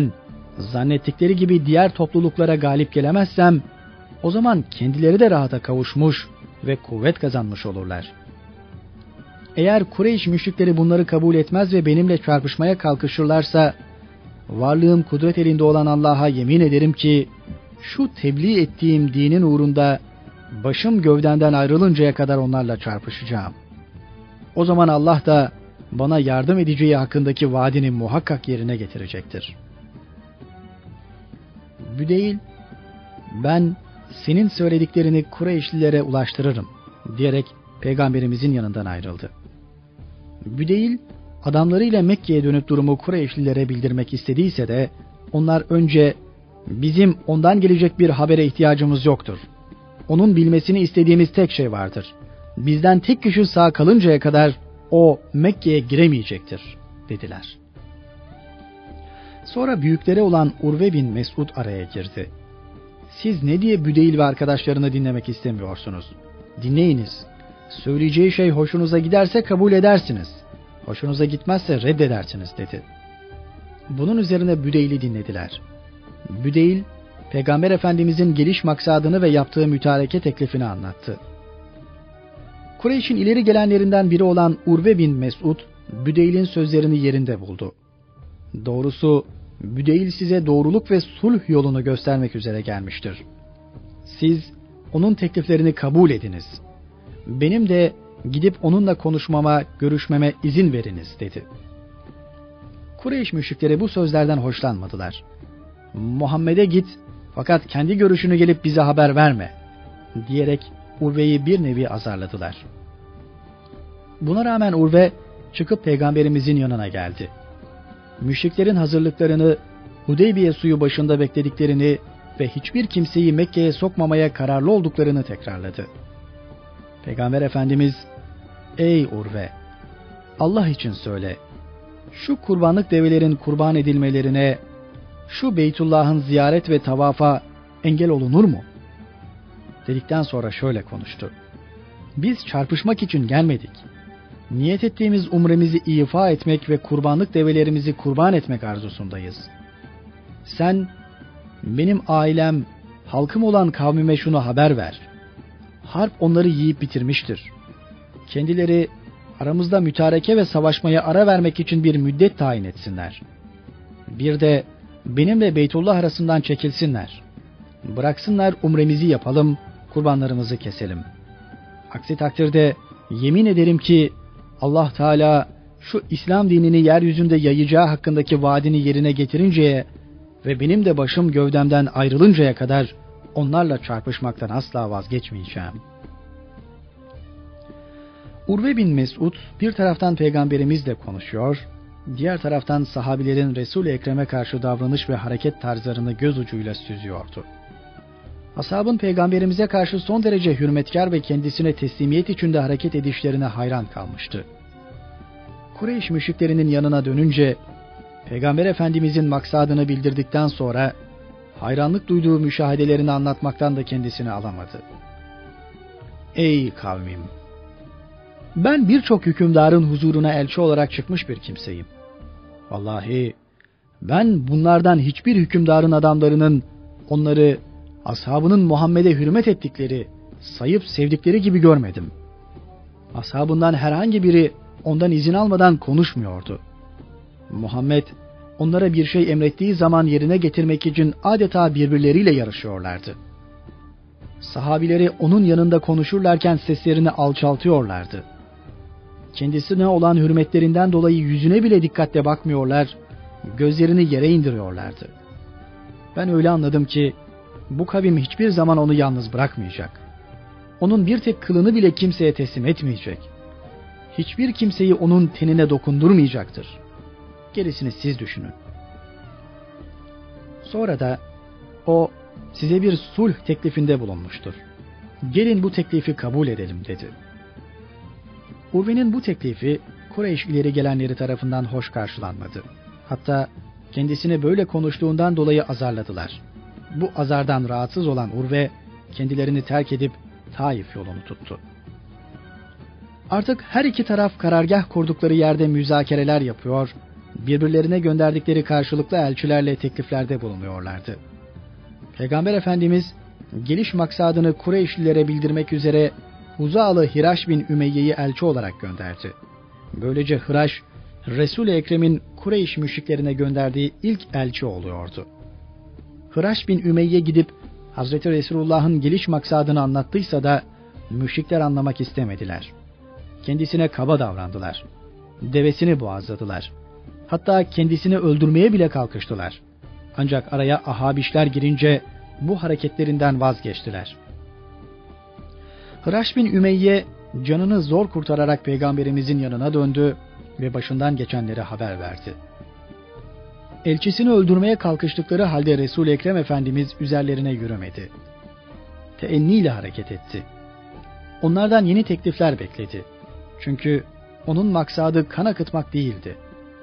zannettikleri gibi diğer topluluklara galip gelemezsem, o zaman kendileri de rahata kavuşmuş ve kuvvet kazanmış olurlar. Eğer Kureyş müşrikleri bunları kabul etmez ve benimle çarpışmaya kalkışırlarsa, varlığım kudret elinde olan Allah'a yemin ederim ki, şu tebliğ ettiğim dinin uğrunda başım gövdemden ayrılıncaya kadar onlarla çarpışacağım. O zaman Allah da bana yardım edeceği hakkındaki vaadini muhakkak yerine getirecektir. Büdeyl, ben senin söylediklerini Kureyşlilere ulaştırırım diyerek Peygamberimizin yanından ayrıldı. Büdeyl, adamlarıyla Mekke'ye dönüp durumu Kureyşlilere bildirmek istediyse de onlar önce bizim ondan gelecek bir habere ihtiyacımız yoktur. Onun bilmesini istediğimiz tek şey vardır. Bizden tek kişi sağ kalıncaya kadar o Mekke'ye giremeyecektir dediler. Sonra büyükleri olan Urve bin Mesud araya girdi. Siz ne diye Büdeyl ve arkadaşlarını dinlemek istemiyorsunuz? Dinleyiniz. Söyleyeceği şey hoşunuza giderse kabul edersiniz. Hoşunuza gitmezse reddedersiniz dedi. Bunun üzerine Büdeyl'i dinlediler. Büdeyl, Peygamber Efendimizin geliş maksadını ve yaptığı mütareke teklifini anlattı. Kureyş'in ileri gelenlerinden biri olan Urve bin Mesud, Büdeyl'in sözlerini yerinde buldu. Doğrusu Büdeyl size doğruluk ve sulh yolunu göstermek üzere gelmiştir. Siz onun tekliflerini kabul ediniz. Benim de gidip onunla konuşmama, görüşmeme izin veriniz dedi. Kureyş müşrikleri bu sözlerden hoşlanmadılar. Muhammed'e git fakat kendi görüşünü gelip bize haber verme diyerek Urve'yi bir nevi azarladılar. Buna rağmen Urve çıkıp Peygamberimizin yanına geldi. Müşriklerin hazırlıklarını, Hudeybiye suyu başında beklediklerini ve hiçbir kimseyi Mekke'ye sokmamaya kararlı olduklarını tekrarladı. Peygamber Efendimiz, ey Urve, Allah için söyle, şu kurbanlık develerin kurban edilmelerine, şu Beytullah'ın ziyaret ve tavafa engel olunur mu? Dedikten sonra şöyle konuştu. Biz çarpışmak için gelmedik. Niyet ettiğimiz umremizi ifa etmek ve kurbanlık develerimizi kurban etmek arzusundayız. Sen, benim ailem, halkım olan kavmime şunu haber ver. Harp onları yiyip bitirmiştir. Kendileri aramızda mütareke ve savaşmaya ara vermek için bir müddet tayin etsinler. Bir de benimle Beytullah arasından çekilsinler. Bıraksınlar umremizi yapalım, kurbanlarımızı keselim. Aksi takdirde yemin ederim ki Allah Teala şu İslam dinini yeryüzünde yayacağı hakkındaki vaadini yerine getirinceye ve benim de başım gövdemden ayrılıncaya kadar onlarla çarpışmaktan asla vazgeçmeyeceğim. Urve bin Mesud bir taraftan peygamberimizle konuşuyor, diğer taraftan sahabilerin Resul-i Ekrem'e karşı davranış ve hareket tarzlarını göz ucuyla süzüyordu. Ashabın peygamberimize karşı son derece hürmetkar ve kendisine teslimiyet içinde hareket edişlerine hayran kalmıştı. Kureyş müşriklerinin yanına dönünce Peygamber Efendimizin maksadını bildirdikten sonra hayranlık duyduğu müşahedelerini anlatmaktan da kendisini alamadı. Ey kavmim! Ben birçok hükümdarın huzuruna elçi olarak çıkmış bir kimseyim. Vallahi ben bunlardan hiçbir hükümdarın adamlarının onları ashabının Muhammed'e hürmet ettikleri, sayıp sevdikleri gibi görmedim. Ashabından herhangi biri ondan izin almadan konuşmuyordu. Muhammed onlara bir şey emrettiği zaman yerine getirmek için adeta birbirleriyle yarışıyorlardı. Sahabileri onun yanında konuşurlarken seslerini alçaltıyorlardı. Kendisine olan hürmetlerinden dolayı yüzüne bile dikkatle bakmıyorlar, gözlerini yere indiriyorlardı. Ben öyle anladım ki bu kavim hiçbir zaman onu yalnız bırakmayacak. Onun bir tek kılını bile kimseye teslim etmeyecek. Hiçbir kimseyi onun tenine dokundurmayacaktır. Gerisini siz düşünün. Sonra da o size bir sulh teklifinde bulunmuştur. Gelin bu teklifi kabul edelim dedi. Urve'nin bu teklifi Kureyş ileri gelenleri tarafından hoş karşılanmadı. Hatta kendisine böyle konuştuğundan dolayı azarladılar. Bu azardan rahatsız olan Urve kendilerini terk edip Taif yolunu tuttu. Artık her iki taraf karargah kurdukları yerde müzakereler yapıyor, birbirlerine gönderdikleri karşılıklı elçilerle tekliflerde bulunuyorlardı. Peygamber Efendimiz geliş maksadını Kureyşlilere bildirmek üzere Huzalı Hiraş bin Ümeyye'yi elçi olarak gönderdi. Böylece Hiraş, Resul-i Ekrem'in Kureyş müşriklerine gönderdiği ilk elçi oluyordu. Hiraş bin Ümeyye gidip Hazreti Resulullah'ın geliş maksadını anlattıysa da müşrikler anlamak istemediler. Kendisine kaba davrandılar. Devesini boğazladılar. Hatta kendisini öldürmeye bile kalkıştılar. Ancak araya Ahabişler girince bu hareketlerinden vazgeçtiler. Hiraş bin Ümeyye canını zor kurtararak Peygamberimizin yanına döndü ve başından geçenleri haber verdi. Elçisini öldürmeye kalkıştıkları halde Resul-i Ekrem Efendimiz üzerlerine yürümedi. Teenniyle hareket etti. Onlardan yeni teklifler bekledi. Çünkü onun maksadı kan akıtmak değildi.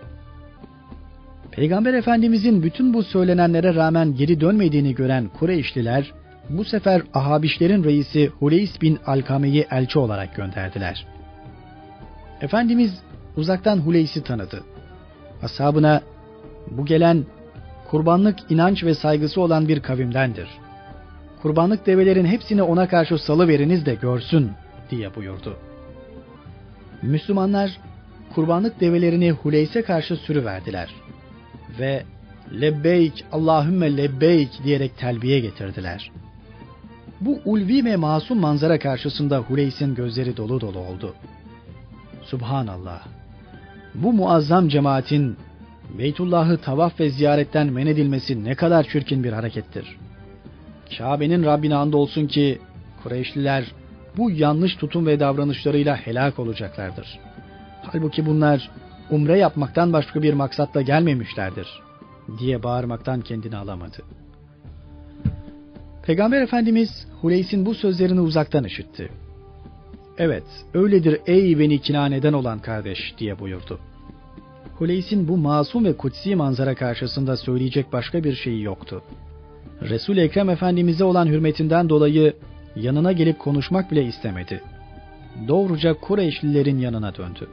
Peygamber Efendimizin bütün bu söylenenlere rağmen geri dönmediğini gören Kureyşliler, bu sefer Ahabişlerin reisi Huleys bin Alkame'yi elçi olarak gönderdiler. Efendimiz uzaktan Huleys'i tanıdı. Ashabına, bu gelen kurbanlık inanç ve saygısı olan bir kavimdendir. Kurbanlık develerin hepsini ona karşı salıveriniz de görsün diye buyurdu. Müslümanlar kurbanlık develerini Huleys'e karşı sürüverdiler ve lebbeyk Allahümme lebbeyk diyerek telbiye getirdiler. Bu ulvi ve masum manzara karşısında Huleys'in gözleri dolu dolu oldu. Subhanallah! Bu muazzam cemaatin Beytullah'ı tavaf ve ziyaretten men edilmesi ne kadar çirkin bir harekettir. Kabe'nin Rabbine andolsun ki Kureyşliler bu yanlış tutum ve davranışlarıyla helak olacaklardır. Halbuki bunlar umre yapmaktan başka bir maksatla gelmemişlerdir diye bağırmaktan kendini alamadı. Peygamber Efendimiz Huleys'in bu sözlerini uzaktan işitti. Evet, öyledir ey beni Kinane'den olan kardeş diye buyurdu. Huleys'in bu masum ve kutsi manzara karşısında söyleyecek başka bir şeyi yoktu. Resul-i Ekrem Efendimiz'e olan hürmetinden dolayı yanına gelip konuşmak bile istemedi. Doğruca Kureyşlilerin yanına döndü.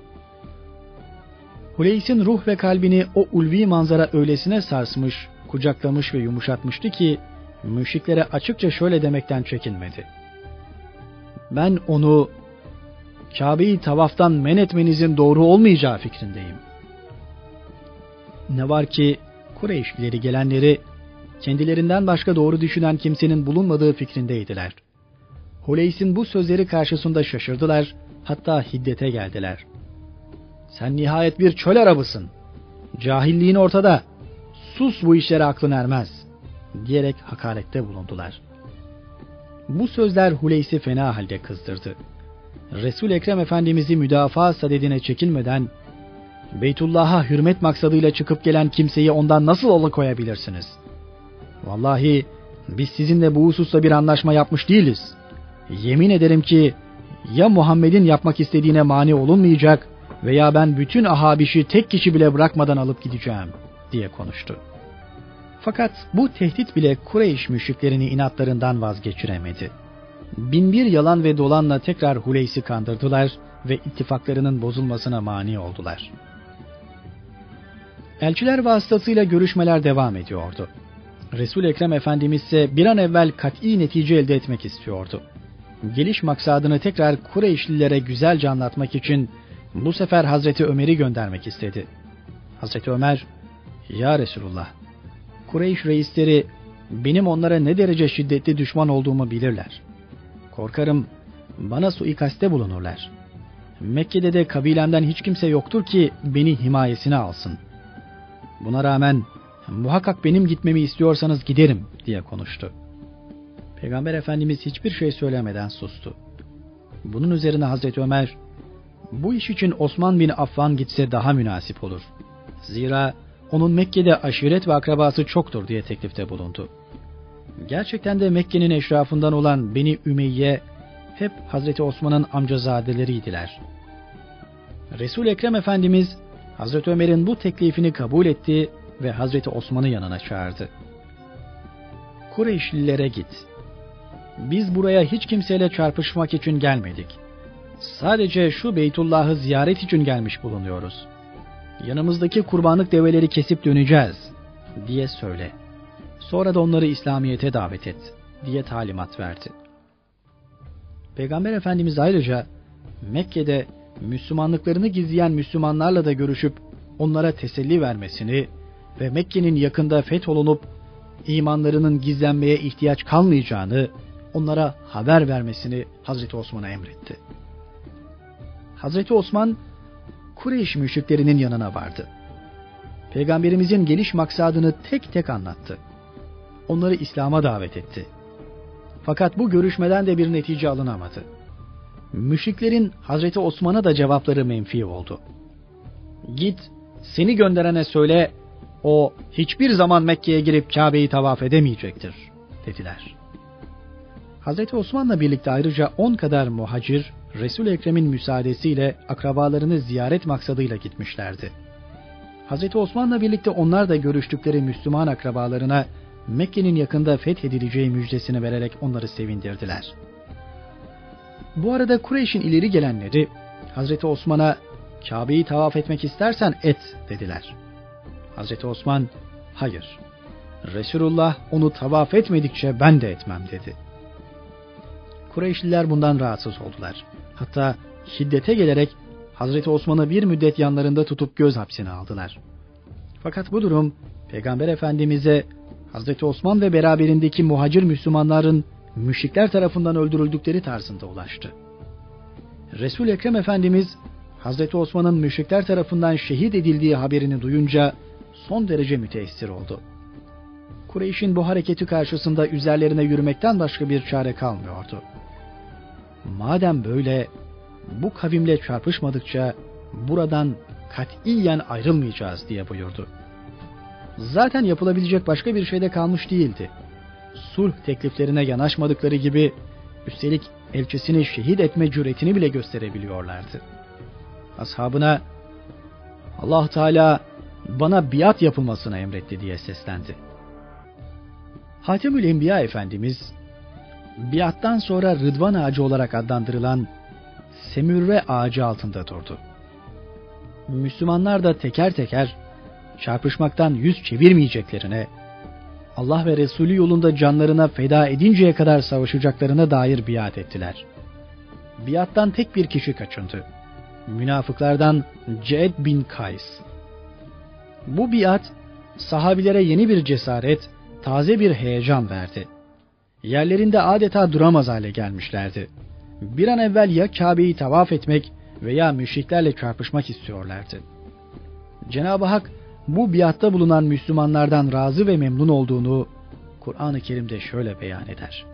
Huleys'in ruh ve kalbini o ulvi manzara öylesine sarsmış, kucaklamış ve yumuşatmıştı ki müşriklere açıkça şöyle demekten çekinmedi. Ben onu Kabe'yi tavaftan men etmenizin doğru olmayacağı fikrindeyim. Ne var ki Kureyşlileri gelenleri kendilerinden başka doğru düşünen kimsenin bulunmadığı fikrindeydiler. Huleys'in bu sözleri karşısında şaşırdılar, hatta hiddete geldiler. Sen nihayet bir çöl arabısın. Cahilliğin ortada. Sus, bu işlere aklın ermez diyerek hakarette bulundular. Bu sözler Huleys'i fena halde kızdırdı. Resul-i Ekrem Efendimiz'i müdafaa sadedine çekinmeden Beytullah'a hürmet maksadıyla çıkıp gelen kimseyi ondan nasıl alıkoyabilirsiniz? Vallahi biz sizinle bu hususta bir anlaşma yapmış değiliz. Yemin ederim ki ya Muhammed'in yapmak istediğine mani olunmayacak veya ben bütün Ahabiş'i tek kişi bile bırakmadan alıp gideceğim diye konuştu. Fakat bu tehdit bile Kureyş müşriklerini inatlarından vazgeçiremedi. Binbir yalan ve dolanla tekrar Huleys'i kandırdılar ve ittifaklarının bozulmasına mani oldular. Elçiler vasıtasıyla görüşmeler devam ediyordu. Resul-i Ekrem Efendimiz ise bir an evvel kat'i netice elde etmek istiyordu. Geliş maksadını tekrar Kureyşlilere güzelce anlatmak için bu sefer Hazreti Ömer'i göndermek istedi. Hazreti Ömer, "Ya Resulullah, Kureyş reisleri benim onlara ne derece şiddetli düşman olduğumu bilirler. Korkarım bana suikaste bulunurlar. Mekke'de de kabilemden hiç kimse yoktur ki beni himayesine alsın. Buna rağmen muhakkak benim gitmemi istiyorsanız giderim" diye konuştu. Peygamber Efendimiz hiçbir şey söylemeden sustu. Bunun üzerine Hazreti Ömer, "Bu iş için Osman bin Affan gitse daha münasip olur. Zira onun Mekke'de aşiret ve akrabası çoktur" diye teklifte bulundu. Gerçekten de Mekke'nin eşrafından olan Beni Ümeyye hep Hazreti Osman'ın amcazadeleriydiler. Resul-i Ekrem Efendimiz Hazreti Ömer'in bu teklifini kabul etti ve Hazreti Osman'ı yanına çağırdı. "Kureyşlilere git. Biz buraya hiç kimseyle çarpışmak için gelmedik. Sadece şu Beytullah'ı ziyaret için gelmiş bulunuyoruz. yanımızdaki kurbanlık develeri kesip döneceğiz diye söyle. Sonra da onları İslamiyet'e davet et diye talimat verdi. Peygamber Efendimiz ayrıca Mekke'de Müslümanlıklarını gizleyen Müslümanlarla da görüşüp onlara teselli vermesini ve Mekke'nin yakında fetholunup imanlarının gizlenmeye ihtiyaç kalmayacağını onlara haber vermesini Hazreti Osman'a emretti. Hazreti Osman Kureyş müşriklerinin yanına vardı. Peygamberimizin geliş maksadını tek tek anlattı. Onları İslam'a davet etti. Fakat bu görüşmeden de bir netice alınamadı. Müşriklerin Hazreti Osman'a da cevapları menfi oldu. Git, seni gönderene söyle, o hiçbir zaman Mekke'ye girip Kabe'yi tavaf edemeyecektir, dediler. Hazreti Osman'la birlikte ayrıca 10 kadar muhacir, Resul-i Ekrem'in müsaadesiyle akrabalarını ziyaret maksadıyla gitmişlerdi. Hazreti Osman'la birlikte onlar da görüştükleri Müslüman akrabalarına Mekke'nin yakında fethedileceği müjdesini vererek onları sevindirdiler. Bu arada Kureyş'in ileri gelenleri Hazreti Osman'a Kabe'yi tavaf etmek istersen et dediler. Hazreti Osman hayır, Resulullah onu tavaf etmedikçe ben de etmem dedi. Kureyşliler bundan rahatsız oldular. Hatta şiddete gelerek Hazreti Osman'ı bir müddet yanlarında tutup göz hapsine aldılar. Fakat bu durum Peygamber Efendimiz'e Hazreti Osman ve beraberindeki muhacir Müslümanların müşrikler tarafından öldürüldükleri tarzında ulaştı. Resul-i Ekrem Efendimiz Hazreti Osman'ın müşrikler tarafından şehit edildiği haberini duyunca son derece müteessir oldu. Kureyş'in bu hareketi karşısında üzerlerine yürümekten başka bir çare kalmıyordu. Madem böyle, bu kavimle çarpışmadıkça buradan katiyen ayrılmayacağız diye buyurdu. Zaten yapılabilecek başka bir şey de kalmış değildi. Sulh tekliflerine yanaşmadıkları gibi üstelik elçisini şehit etme cüretini bile gösterebiliyorlardı. Ashabına Allah Teala bana biat yapılmasına emretti diye seslendi. Hatemül Enbiya Efendimiz biattan sonra Rıdvan ağacı olarak adlandırılan semürre ağacı altında durdu. Müslümanlar da teker teker çarpışmaktan yüz çevirmeyeceklerine, Allah ve Resulü yolunda canlarına feda edinceye kadar savaşacaklarına dair biat ettiler. Biattan tek bir kişi kaçındı. Münafıklardan Ceed bin Kays. Bu biat sahabilere yeni bir cesaret, taze bir heyecan verdi. Yerlerinde adeta duramaz hale gelmişlerdi. Bir an evvel ya Kabe'yi tavaf etmek veya müşriklerle çarpışmak istiyorlardı. Cenab-ı Hak bu biatta bulunan Müslümanlardan razı ve memnun olduğunu Kur'an-ı Kerim'de şöyle beyan eder.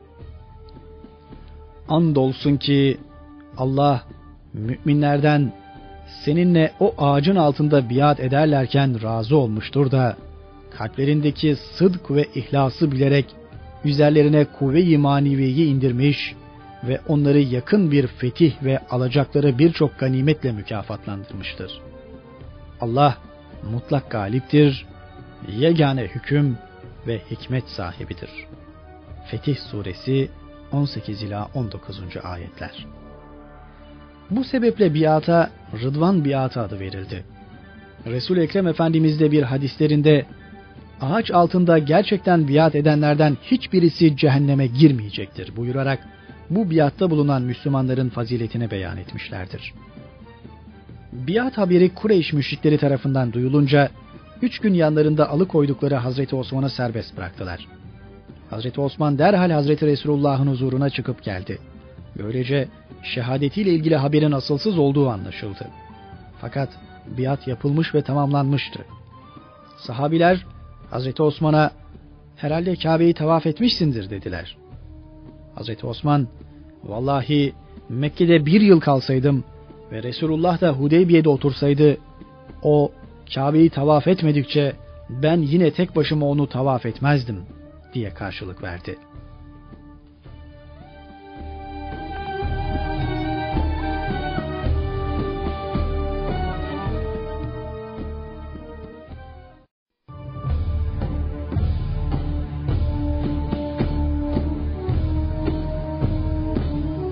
Andolsun ki Allah müminlerden seninle o ağacın altında biat ederlerken razı olmuştur da kalplerindeki sıdk ve ihlası bilerek üzerlerine kuvve-i maniveyi indirmiş ve onları yakın bir fetih ve alacakları birçok ganimetle mükafatlandırmıştır. Allah mutlak galiptir, yegane hüküm ve hikmet sahibidir. Fetih Suresi 18 ila 19. ayetler. Bu sebeple biata Rıdvan biatı adı verildi. Resul-i Ekrem Efendimiz de bir hadislerinde ağaç altında gerçekten biat edenlerden hiçbirisi cehenneme girmeyecektir buyurarak bu biatta bulunan Müslümanların faziletini beyan etmişlerdir. Biat haberi Kureyş müşrikleri tarafından duyulunca 3 gün yanlarında alıkoydukları Hazreti Osman'ı serbest bıraktılar. Hazreti Osman derhal Hazreti Resulullah'ın huzuruna çıkıp geldi. Böylece şehadetiyle ilgili haberin asılsız olduğu anlaşıldı. Fakat biat yapılmış ve tamamlanmıştı. Sahabiler Hazreti Osman'a herhalde Kabe'yi tavaf etmişsindir dediler. Hazreti Osman, vallahi Mekke'de 1 yıl kalsaydım ve Resulullah da Hudeybiye'de otursaydı, o Kabe'yi tavaf etmedikçe ben yine tek başıma onu tavaf etmezdim diye karşılık verdi.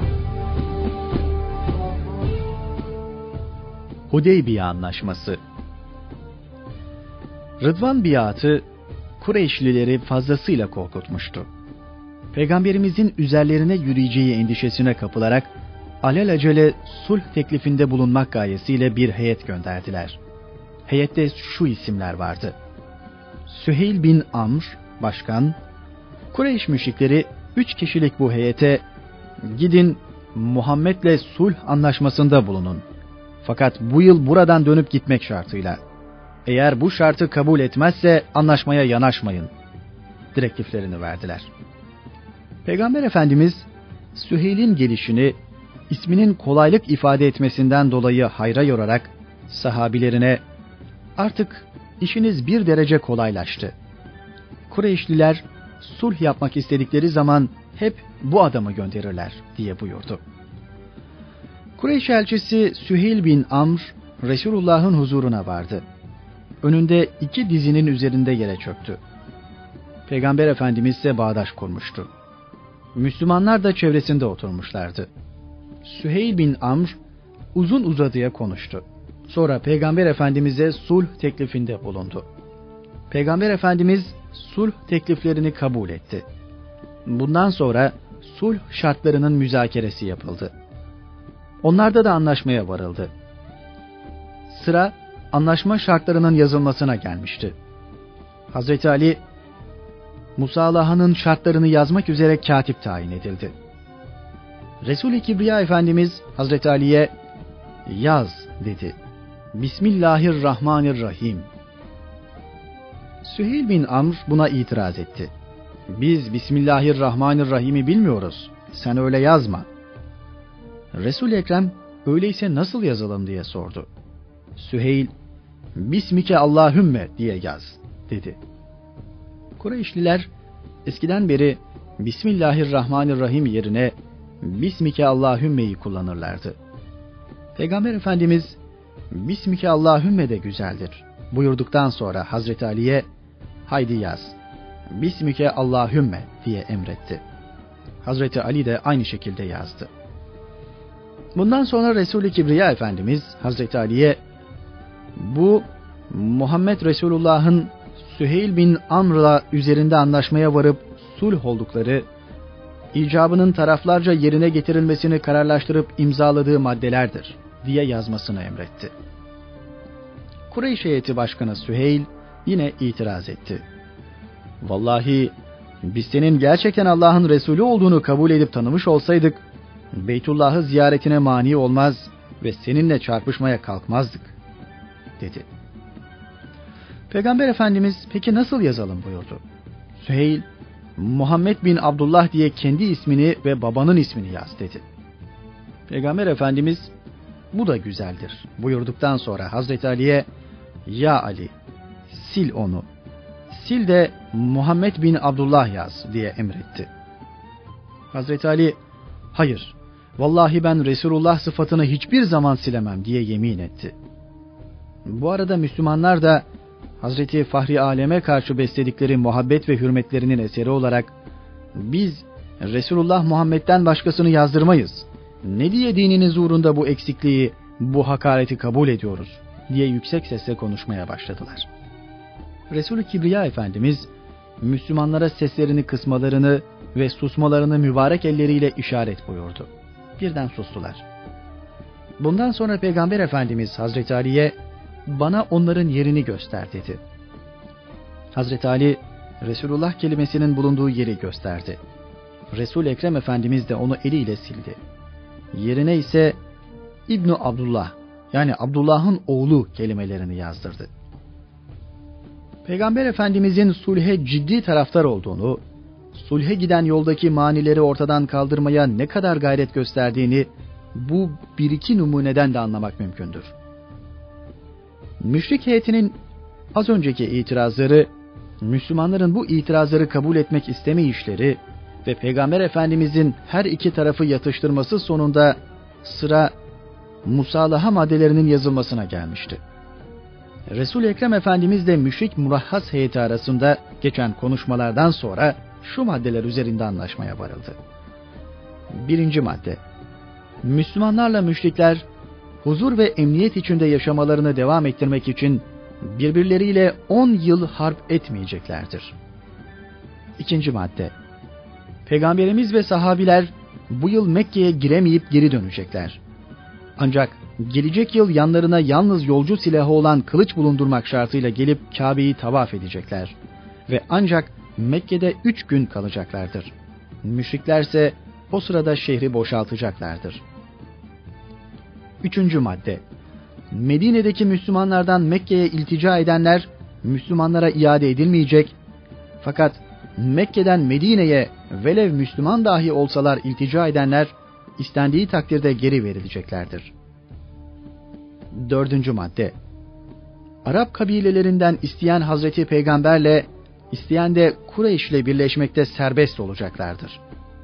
Hudeybiye Anlaşması Rıdvan biatı Kureyşlileri fazlasıyla korkutmuştu. Peygamberimizin üzerlerine yürüyeceği endişesine kapılarak alelacele sulh teklifinde bulunmak gayesiyle bir heyet gönderdiler. Heyette şu isimler vardı: Süheyl bin Amr, başkan. Kureyş müşrikleri 3 kişilik bu heyete, gidin Muhammed'le sulh anlaşmasında bulunun. Fakat bu yıl buradan dönüp gitmek şartıyla. Eğer bu şartı kabul etmezse anlaşmaya yanaşmayın direktiflerini verdiler. Peygamber Efendimiz Süheyl'in gelişini isminin kolaylık ifade etmesinden dolayı hayra yorarak sahabilerine, artık işiniz bir derece kolaylaştı. Kureyşliler sulh yapmak istedikleri zaman hep bu adamı gönderirler diye buyurdu. Kureyş elçisi Süheyl bin Amr Resulullah'ın huzuruna vardı. Önünde 2 dizinin üzerinde yere çöktü. Peygamber Efendimiz ise bağdaş kurmuştu. Müslümanlar da çevresinde oturmuşlardı. Süheyl bin Amr uzun uzadıya konuştu. Sonra Peygamber Efendimiz'e sulh teklifinde bulundu. Peygamber Efendimiz sulh tekliflerini kabul etti. Bundan sonra sulh şartlarının müzakeresi yapıldı. Onlarda da anlaşmaya varıldı. Sıra anlaşma şartlarının yazılmasına gelmişti. Hazreti Ali, musalahanın şartlarını yazmak üzere katip tayin edildi. Resul-i Kibriya Efendimiz Hazreti Ali'ye yaz dedi. Bismillahirrahmanirrahim. Süheyl bin Amr buna itiraz etti. Biz Bismillahirrahmanirrahim'i bilmiyoruz. Sen öyle yazma. Resul-i Ekrem öyleyse nasıl yazalım diye sordu. Süheyl, Bismike Allahümme diye yaz dedi. Kureyşliler eskiden beri Bismillahirrahmanirrahim yerine Bismike Allahümme'yi kullanırlardı. Peygamber Efendimiz Bismike Allahümme de güzeldir buyurduktan sonra Hazreti Ali'ye haydi yaz, Bismike Allahümme diye emretti. Hazreti Ali de aynı şekilde yazdı. Bundan sonra Resul-i Kibriya Efendimiz Hazreti Ali'ye bu Muhammed Resulullah'ın Süheyl bin Amr'la üzerinde anlaşmaya varıp sulh oldukları, icabının taraflarca yerine getirilmesini kararlaştırıp imzaladığı maddelerdir diye yazmasını emretti. Kureyş heyeti başkanı Süheyl yine itiraz etti. Vallahi biz senin gerçekten Allah'ın Resulü olduğunu kabul edip tanımış olsaydık, Beytullah'ı ziyaretine mani olmaz ve seninle çarpışmaya kalkmazdık dedi. Peygamber Efendimiz peki nasıl yazalım buyurdu. Süheyl, Muhammed bin Abdullah diye kendi ismini ve babanın ismini yaz dedi. Peygamber Efendimiz bu da güzeldir buyurduktan sonra Hazreti Ali'ye ya Ali sil onu, sil de Muhammed bin Abdullah yaz diye emretti. Hazreti Ali hayır, vallahi ben Resulullah sıfatını hiçbir zaman silemem diye yemin etti. Bu arada Müslümanlar da Hazreti Fahri Alem'e karşı besledikleri muhabbet ve hürmetlerinin eseri olarak biz Resulullah Muhammed'den başkasını yazdırmayız, ne diye dininiz uğrunda bu eksikliği, bu hakareti kabul ediyoruz diye yüksek sesle konuşmaya başladılar. Resul-i Kibriya Efendimiz Müslümanlara seslerini kısmalarını ve susmalarını mübarek elleriyle işaret buyurdu. Birden sustular. Bundan sonra Peygamber Efendimiz Hazreti Ali'ye bana onların yerini göster dedi. Hazreti Ali Resulullah kelimesinin bulunduğu yeri gösterdi. Resul-i Ekrem Efendimiz de onu eliyle sildi. Yerine ise İbn Abdullah, yani Abdullah'ın oğlu kelimelerini yazdırdı. Peygamber Efendimizin sulhe ciddi taraftar olduğunu, sulhe giden yoldaki manileri ortadan kaldırmaya ne kadar gayret gösterdiğini bu bir iki numuneden de anlamak mümkündür. Müşrik heyetinin az önceki itirazları, Müslümanların bu itirazları kabul etmek istemeyişleri ve Peygamber Efendimizin her iki tarafı yatıştırması sonunda sıra musalaha maddelerinin yazılmasına gelmişti. Resul-i Ekrem Efendimiz de müşrik murahhas heyeti arasında geçen konuşmalardan sonra şu maddeler üzerinde anlaşmaya varıldı. 1. madde. Müslümanlarla müşrikler huzur ve emniyet içinde yaşamalarını devam ettirmek için birbirleriyle 10 yıl harp etmeyeceklerdir. 2. madde. Peygamberimiz ve sahabiler bu yıl Mekke'ye giremeyip geri dönecekler. Ancak gelecek yıl yanlarına yalnız yolcu silahı olan kılıç bulundurmak şartıyla gelip Kabe'yi tavaf edecekler. Ve ancak Mekke'de 3 gün kalacaklardır. Müşriklerse o sırada şehri boşaltacaklardır. 3. madde. Medine'deki Müslümanlardan Mekke'ye iltica edenler Müslümanlara iade edilmeyecek, fakat Mekke'den Medine'ye velev Müslüman dahi olsalar iltica edenler istendiği takdirde geri verileceklerdir. 4. madde. Arap kabilelerinden isteyen Hazreti Peygamberle, isteyen de Kureyş'le birleşmekte serbest olacaklardır.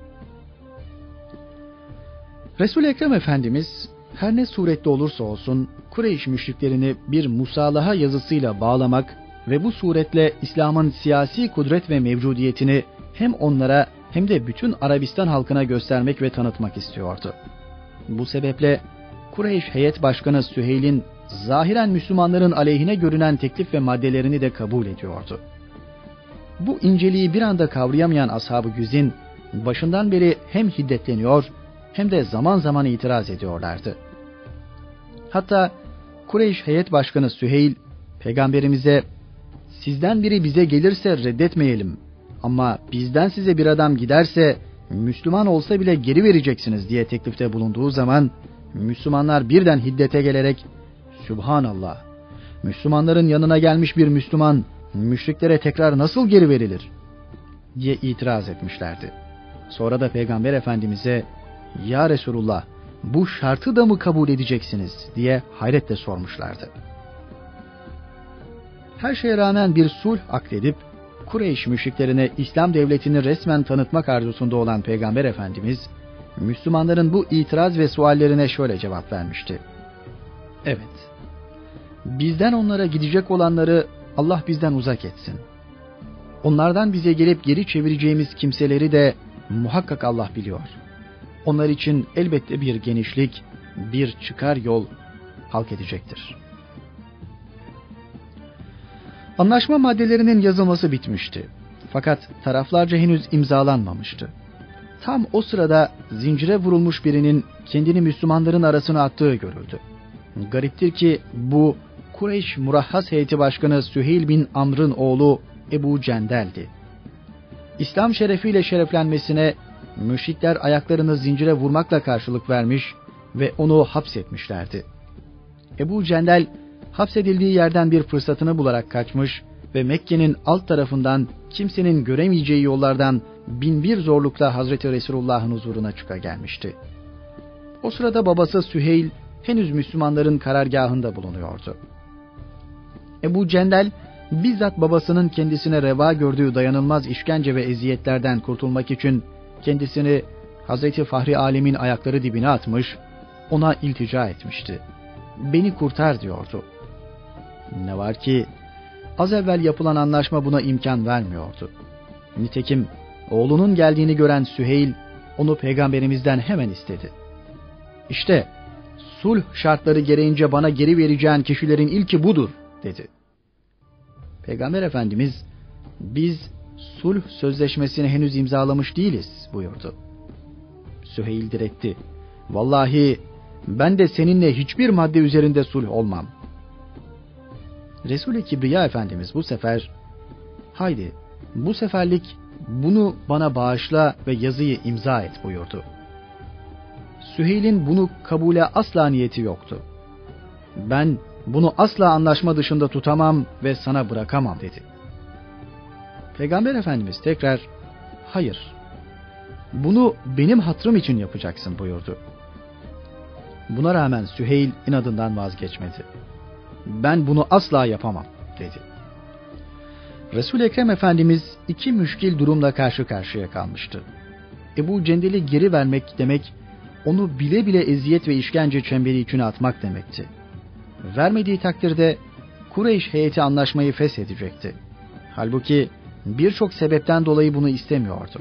Resul-i Ekrem Efendimiz her ne surette olursa olsun Kureyş müşriklerini bir musalaha yazısıyla bağlamak ve bu suretle İslam'ın siyasi kudret ve mevcudiyetini hem onlara hem de bütün Arabistan halkına göstermek ve tanıtmak istiyordu. Bu sebeple Kureyş heyet başkanı Süheyl'in zahiren Müslümanların aleyhine görünen teklif ve maddelerini de kabul ediyordu. Bu inceliği bir anda kavrayamayan ashab-ı güzin başından beri hem hiddetleniyor hem de zaman zaman itiraz ediyorlardı. Hatta Kureyş heyet başkanı Süheyl Peygamberimize "Sizden biri bize gelirse reddetmeyelim ama bizden size bir adam giderse Müslüman olsa bile geri vereceksiniz" diye teklifte bulunduğu zaman Müslümanlar birden hiddete gelerek "Sübhanallah, Müslümanların yanına gelmiş bir Müslüman müşriklere tekrar nasıl geri verilir?" diye itiraz etmişlerdi. Sonra da Peygamber Efendimiz'e "Ya Resulullah, bu şartı da mı kabul edeceksiniz?" diye hayretle sormuşlardı. Her şeye rağmen bir sulh akledip Kureyş müşriklerine İslam devletini resmen tanıtmak arzusunda olan Peygamber Efendimiz, Müslümanların bu itiraz ve suallerine şöyle cevap vermişti. Evet, bizden onlara gidecek olanları Allah bizden uzak etsin. Onlardan bize gelip geri çevireceğimiz kimseleri de muhakkak Allah biliyor. Onlar için elbette bir genişlik, bir çıkar yol halk edecektir. Anlaşma maddelerinin yazılması bitmişti. Fakat taraflarca henüz imzalanmamıştı. Tam o sırada zincire vurulmuş birinin kendini Müslümanların arasına attığı görüldü. Gariptir ki bu Kureyş Murahhas Heyeti Başkanı Süheyl bin Amr'ın oğlu Ebu Cendel'di. İslam şerefiyle şereflenmesine müşrikler ayaklarını zincire vurmakla karşılık vermiş ve onu hapsetmişlerdi. Ebu Cendel hapsedildiği yerden bir fırsatını bularak kaçmış ve Mekke'nin alt tarafından kimsenin göremeyeceği yollardan binbir zorlukla Hazreti Resulullah'ın huzuruna çıka gelmişti. O sırada babası Süheyl henüz Müslümanların karargahında bulunuyordu. Ebu Cendel bizzat babasının kendisine reva gördüğü dayanılmaz işkence ve eziyetlerden kurtulmak için kendisini Hazreti Fahri Alem'in ayakları dibine atmış, ona iltica etmişti. "Beni kurtar" diyordu. Ne var ki az evvel yapılan anlaşma buna imkan vermiyordu. Nitekim oğlunun geldiğini gören Süheyl onu Peygamberimizden hemen istedi. "İşte sulh şartları gereğince bana geri vereceğin kişilerin ilki budur" dedi. Peygamber Efendimiz "Biz sulh sözleşmesini henüz imzalamış değiliz" buyurdu. Süheyl diretti. "Vallahi ben de seninle hiçbir madde üzerinde sulh olmam." Resul-i Kibriya Efendimiz bu sefer "Haydi bu seferlik bunu bana bağışla ve yazıyı imza et" buyurdu. Süheyl'in bunu kabule asla niyeti yoktu. "Ben bunu asla anlaşma dışında tutamam ve sana bırakamam" dedi. Peygamber Efendimiz tekrar "Hayır, bunu benim hatırım için yapacaksın" buyurdu. Buna rağmen Süheyl inadından vazgeçmedi. "Ben bunu asla yapamam" dedi. Resul-i Ekrem Efendimiz iki müşkil durumla karşı karşıya kalmıştı. Ebu Cendel'i geri vermek demek, onu bile bile eziyet ve işkence çemberi içine atmak demekti. Vermediği takdirde Kureyş heyeti anlaşmayı feshedecekti. Halbuki birçok sebepten dolayı bunu istemiyordu.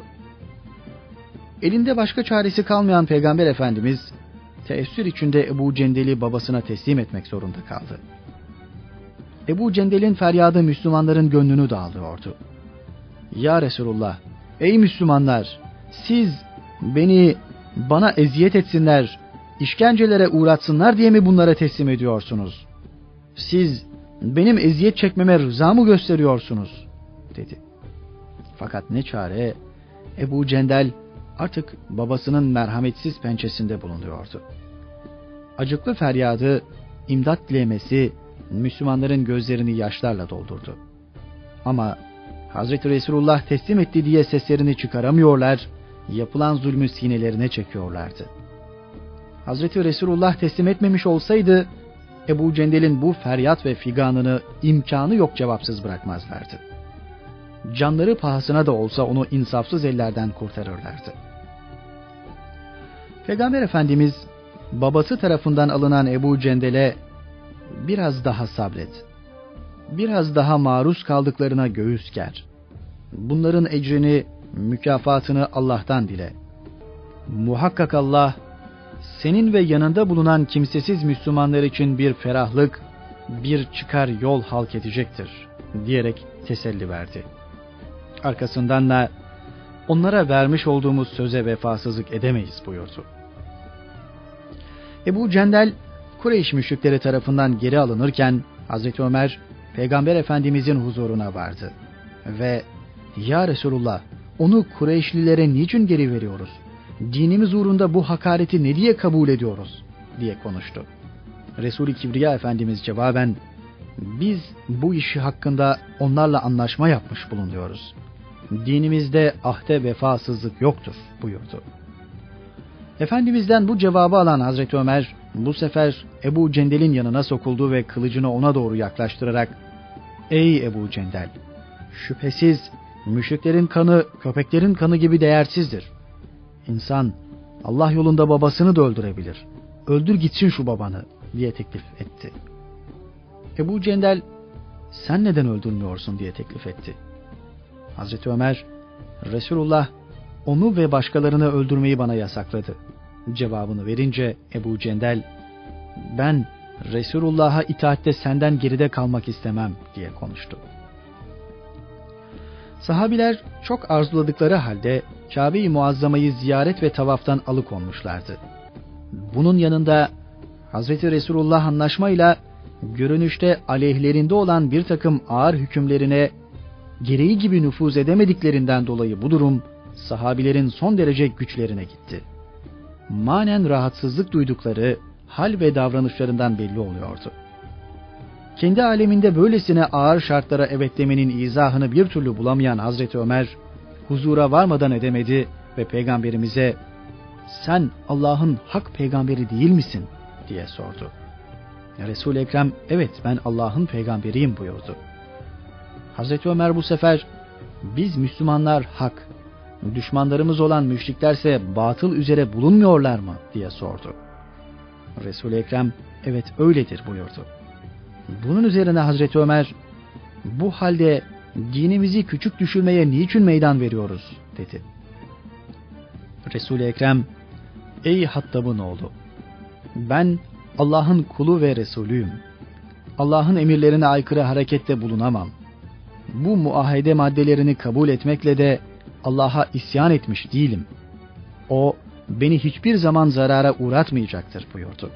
Elinde başka çaresi kalmayan Peygamber Efendimiz teessür içinde Ebu Cendel'i babasına teslim etmek zorunda kaldı. Ebu Cendel'in feryadı Müslümanların gönlünü dağılıyordu. Ya Resulullah, ey Müslümanlar, siz bana eziyet etsinler, işkencelere uğratsınlar diye mi bunlara teslim ediyorsunuz? Siz benim eziyet çekmeme rıza mı gösteriyorsunuz? Dedi. Fakat ne çare, Ebu Cendel artık babasının merhametsiz pençesinde bulunuyordu. Acıklı feryadı, imdat dilemesi Müslümanların gözlerini yaşlarla doldurdu. Ama Hazreti Resulullah teslim etti diye seslerini çıkaramıyorlar, yapılan zulmü sinelerine çekiyorlardı. Hazreti Resulullah teslim etmemiş olsaydı, Ebu Cendel'in bu feryat ve figanını imkanı yok cevapsız bırakmazlardı. Canları pahasına da olsa onu insafsız ellerden kurtarırlardı. Peygamber Efendimiz, babası tarafından alınan Ebu Cendel'e biraz daha sabret, biraz daha maruz kaldıklarına göğüs ger. Bunların ecrini, mükafatını Allah'tan dile. Muhakkak Allah, senin ve yanında bulunan kimsesiz Müslümanlar için bir ferahlık, bir çıkar yol halk edecektir, diyerek teselli verdi. Arkasından da, onlara vermiş olduğumuz söze vefasızlık edemeyiz buyurdu. Ebu Cendel, Kureyş müşrikleri tarafından geri alınırken, Hazreti Ömer, Peygamber Efendimizin huzuruna vardı. Ve, Ya Resulullah, onu Kureyşlilere niçin geri veriyoruz? Dinimiz uğrunda bu hakareti ne diye kabul ediyoruz? Diye konuştu. Resul-i Kibriya Efendimiz cevaben, biz bu işi hakkında onlarla anlaşma yapmış bulunuyoruz. Dinimizde ahde vefasızlık yoktur buyurdu. Efendimizden bu cevabı alan Hazreti Ömer, bu sefer Ebu Cendel'in yanına sokuldu ve kılıcını ona doğru yaklaştırarak, Ey Ebu Cendel! Şüphesiz müşriklerin kanı köpeklerin kanı gibi değersizdir. İnsan Allah yolunda babasını da öldürebilir. Öldür gitsin şu babanı diye teklif etti. Ebu Cendel, sen neden öldürmüyorsun diye teklif etti. Hazreti Ömer, Resulullah onu ve başkalarını öldürmeyi bana yasakladı cevabını verince Ebu Cendel, ben Resulullah'a itaatte senden geride kalmak istemem diye konuştu. Sahabiler çok arzuladıkları halde Kabe-i Muazzama'yı ziyaret ve tavaftan alıkonmuşlardı. Bunun yanında Hazreti Resulullah anlaşmayla görünüşte aleyhlerinde olan bir takım ağır hükümlerine gereği gibi nüfuz edemediklerinden dolayı bu durum sahabilerin son derece güçlerine gitti. Manen rahatsızlık duydukları hal ve davranışlarından belli oluyordu. Kendi aleminde böylesine ağır şartlara evet demenin izahını bir türlü bulamayan Hazreti Ömer, huzura varmadan edemedi ve Peygamberimize, sen Allah'ın hak peygamberi değil misin diye sordu. Resul-i Ekrem, evet ben Allah'ın peygamberiyim buyurdu. Hazreti Ömer bu sefer, biz Müslümanlar hak, düşmanlarımız olan müşriklerse batıl üzere bulunmuyorlar mı diye sordu. Resul-i Ekrem, evet öyledir buyurdu. Bunun üzerine Hazreti Ömer, bu halde dinimizi küçük düşürmeye niçin meydan veriyoruz dedi. Resul-i Ekrem, ey Hattab'ın oğlu, ben Allah'ın kulu ve Resulüyüm. Allah'ın emirlerine aykırı harekette bulunamam. Bu muahede maddelerini kabul etmekle de Allah'a isyan etmiş değilim. O beni hiçbir zaman zarara uğratmayacaktır buyurdu.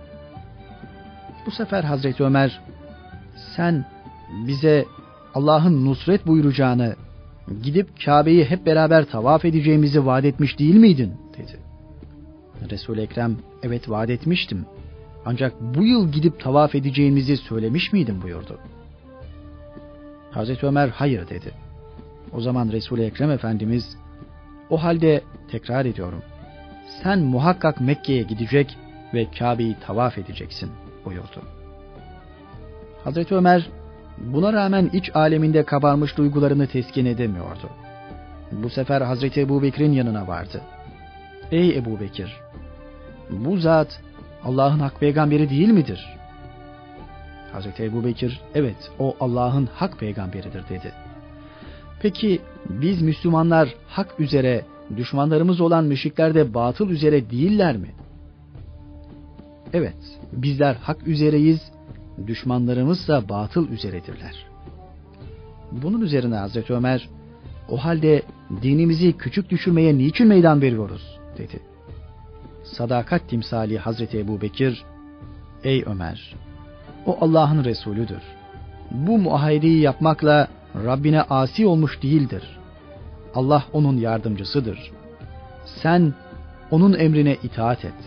Bu sefer Hazreti Ömer, sen bize Allah'ın nusret buyuracağını, gidip Kabe'yi hep beraber tavaf edeceğimizi vaat etmiş değil miydin dedi. Resul-i Ekrem, evet vaat etmiştim. Ancak bu yıl gidip tavaf edeceğimizi söylemiş miydim buyurdu. Hazreti Ömer hayır dedi. O zaman Resul-i Ekrem Efendimiz, o halde tekrar ediyorum, sen muhakkak Mekke'ye gidecek ve Kabe'yi tavaf edeceksin buyurdu. Hazreti Ömer buna rağmen iç aleminde kabarmış duygularını teskin edemiyordu. Bu sefer Hazreti Ebubekir'in yanına vardı. Ey Ebubekir, bu zat Allah'ın hak peygamberi değil midir? Hazreti Ebubekir, evet o Allah'ın hak peygamberidir dedi. Peki biz Müslümanlar hak üzere, düşmanlarımız olan müşrikler de batıl üzere değiller mi? Evet, bizler hak üzereyiz, düşmanlarımızsa batıl üzeredirler. Bunun üzerine Hazreti Ömer, o halde dinimizi küçük düşürmeye niçin meydan veriyoruz dedi. Sadakat timsali Hazreti Ebubekir, ey Ömer, o Allah'ın Resulüdür. Bu muahideyi yapmakla Rabbine asi olmuş değildir. Allah onun yardımcısıdır. Sen onun emrine itaat et.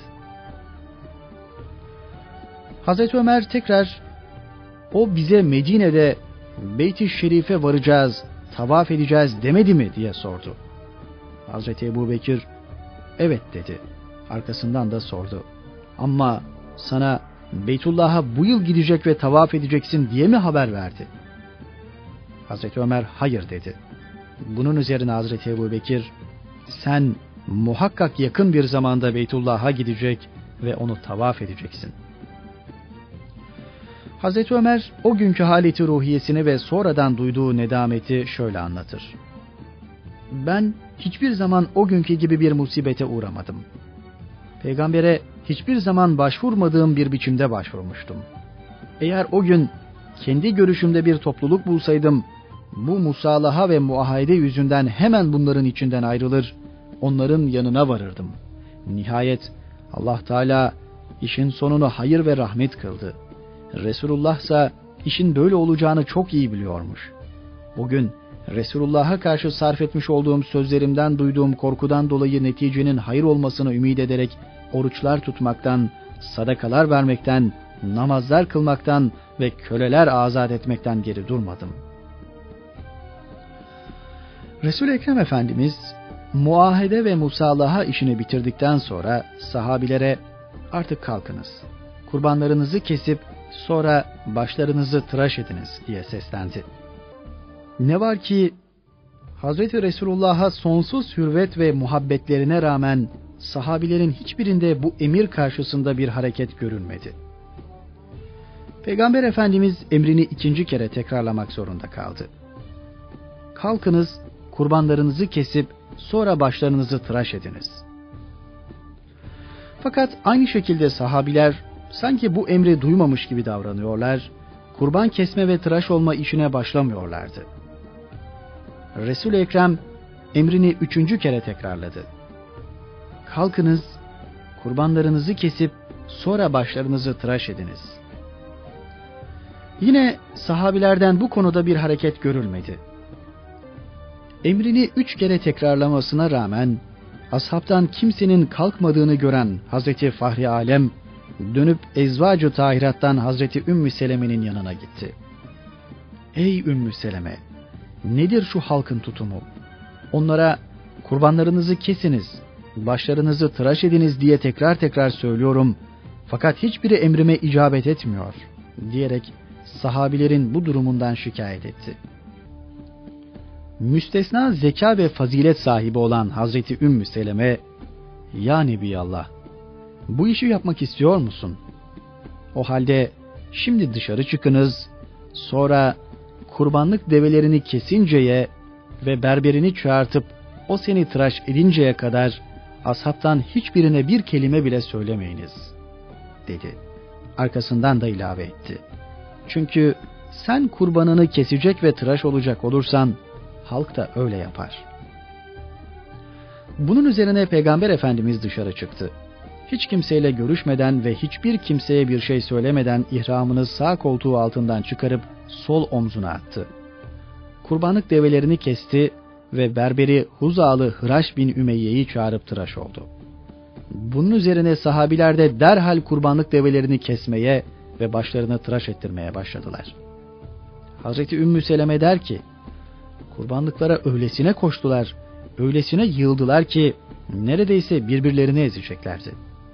Hazreti Ömer tekrar, o bize Medine'de Beyt-i Şerif'e varacağız, tavaf edeceğiz demedi mi diye sordu. Hazreti Ebubekir, evet dedi. Arkasından da sordu. Ama sana Beytullah'a bu yıl gidecek ve tavaf edeceksin diye mi haber verdi? Hazreti Ömer hayır dedi. Bunun üzerine Hazreti Ebubekir, sen muhakkak yakın bir zamanda Beytullah'a gidecek ve onu tavaf edeceksin. Hazreti Ömer o günkü haleti ruhiyesini ve sonradan duyduğu nedameti şöyle anlatır. Ben hiçbir zaman o günkü gibi bir musibete uğramadım. Peygambere hiçbir zaman başvurmadığım bir biçimde başvurmuştum. Eğer o gün kendi görüşümde bir topluluk bulsaydım, bu musalaha ve muahide yüzünden hemen bunların içinden ayrılır, onların yanına varırdım. Nihayet Allah Teala işin sonunu hayır ve rahmet kıldı. Resulullah ise işin böyle olacağını çok iyi biliyormuş. Bugün Resulullah'a karşı sarf etmiş olduğum sözlerimden duyduğum korkudan dolayı neticenin hayır olmasını ümit ederek oruçlar tutmaktan, sadakalar vermekten, namazlar kılmaktan ve köleler azat etmekten geri durmadım. Resul-i Ekrem Efendimiz muahede ve musalaha işini bitirdikten sonra sahabilere artık kalkınız, kurbanlarınızı kesip sonra başlarınızı tıraş ediniz diye seslendi. Ne var ki Hazreti Resulullah'a sonsuz hürmet ve muhabbetlerine rağmen sahabilerin hiçbirinde bu emir karşısında bir hareket görülmedi. Peygamber Efendimiz emrini ikinci kere tekrarlamak zorunda kaldı. Kalkınız, kurbanlarınızı kesip sonra başlarınızı tıraş ediniz. Fakat aynı şekilde sahabiler sanki bu emri duymamış gibi davranıyorlar, kurban kesme ve tıraş olma işine başlamıyorlardı. Resul-i Ekrem emrini üçüncü kere tekrarladı. Kalkınız, kurbanlarınızı kesip sonra başlarınızı tıraş ediniz. Yine sahabilerden bu konuda bir hareket görülmedi. Emrini 3 kere tekrarlamasına rağmen ashabtan kimsenin kalkmadığını gören Hazreti Fahri Alem dönüp Ezvacı Tahirat'tan Hazreti Ümmü Seleme'nin yanına gitti. Ey Ümmü Seleme, nedir şu halkın tutumu? Onlara kurbanlarınızı kesiniz, başlarınızı tıraş ediniz diye tekrar tekrar söylüyorum. Fakat hiçbiri emrime icabet etmiyor diyerek sahabilerin bu durumundan şikayet etti. Müstesna zeka ve fazilet sahibi olan Hazreti Ümmü Seleme, ya Nebiyallah, bu işi yapmak istiyor musun? O halde şimdi dışarı çıkınız, sonra kurbanlık develerini kesinceye ve berberini çağırtıp o seni tıraş edinceye kadar ashabtan hiçbirine bir kelime bile söylemeyiniz, dedi. Arkasından da ilave etti. Çünkü sen kurbanını kesecek ve tıraş olacak olursan, halk da öyle yapar. Bunun üzerine Peygamber Efendimiz dışarı çıktı. Hiç kimseyle görüşmeden ve hiçbir kimseye bir şey söylemeden ihramını sağ koltuğu altından çıkarıp sol omzuna attı. Kurbanlık develerini kesti ve berberi Huzalı Hıraş bin Ümeyye'yi çağırıp tıraş oldu. Bunun üzerine sahabiler de derhal kurbanlık develerini kesmeye ve başlarını tıraş ettirmeye başladılar. Hazreti Ümmü Seleme der ki, kurbanlıklara öylesine koştular, öylesine yığıldılar ki neredeyse birbirlerini ezeceklerdi.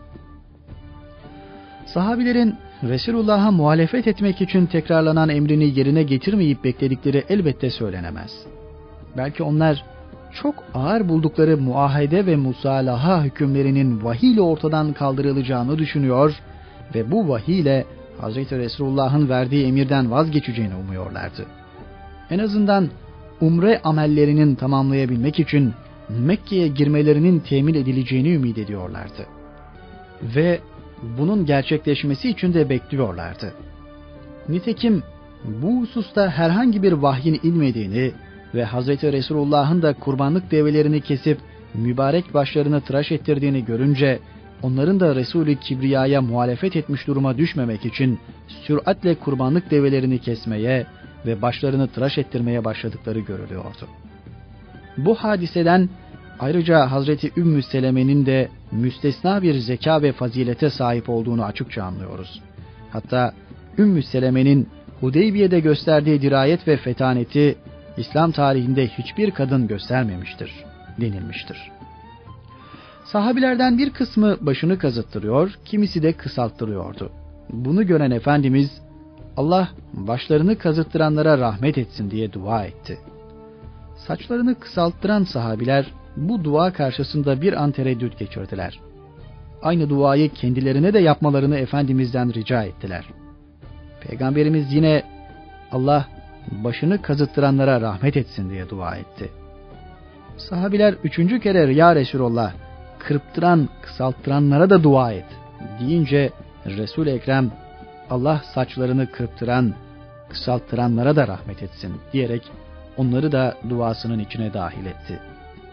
Sahabilerin Resulullah'a muhalefet etmek için tekrarlanan emrini yerine getirmeyip bekledikleri elbette söylenemez. Belki onlar çok ağır buldukları muahede ve musalaha hükümlerinin vahiy ile ortadan kaldırılacağını düşünüyor ve bu vahiy ile Hazreti Resulullah'ın verdiği emirden vazgeçeceğini umuyorlardı. En azından umre amellerinin tamamlayabilmek için Mekke'ye girmelerinin temin edileceğini ümit ediyorlardı. Ve bunun gerçekleşmesi için de bekliyorlardı. Nitekim bu hususta herhangi bir vahyin inmediğini ve Hazreti Resulullah'ın da kurbanlık develerini kesip mübarek başlarını tıraş ettirdiğini görünce onların da Resul-i Kibriya'ya muhalefet etmiş duruma düşmemek için süratle kurbanlık develerini kesmeye ve başlarını tıraş ettirmeye başladıkları görülüyordu. Bu hadiseden ayrıca Hazreti Ümmü Seleme'nin de müstesna bir zeka ve fazilete sahip olduğunu açıkça anlıyoruz. Hatta Ümmü Seleme'nin Hudeybiye'de gösterdiği dirayet ve fetaneti İslam tarihinde hiçbir kadın göstermemiştir denilmiştir. Sahabilerden bir kısmı başını kazıttırıyor, kimisi de kısalttırıyordu. Bunu gören Efendimiz, Allah başlarını kazıttıranlara rahmet etsin diye dua etti. Saçlarını kısalttıran sahabiler bu dua karşısında bir an tereddüt geçirdiler. Aynı duayı kendilerine de yapmalarını Efendimiz'den rica ettiler. Peygamberimiz yine Allah başını kazıttıranlara rahmet etsin diye dua etti. Sahabiler üçüncü kere ya Resulallah kırptıran, kısalttıranlara da dua et deyince Resul-i Ekrem Allah saçlarını kırptıran, kısalttıranlara da rahmet etsin diyerek onları da duasının içine dahil etti.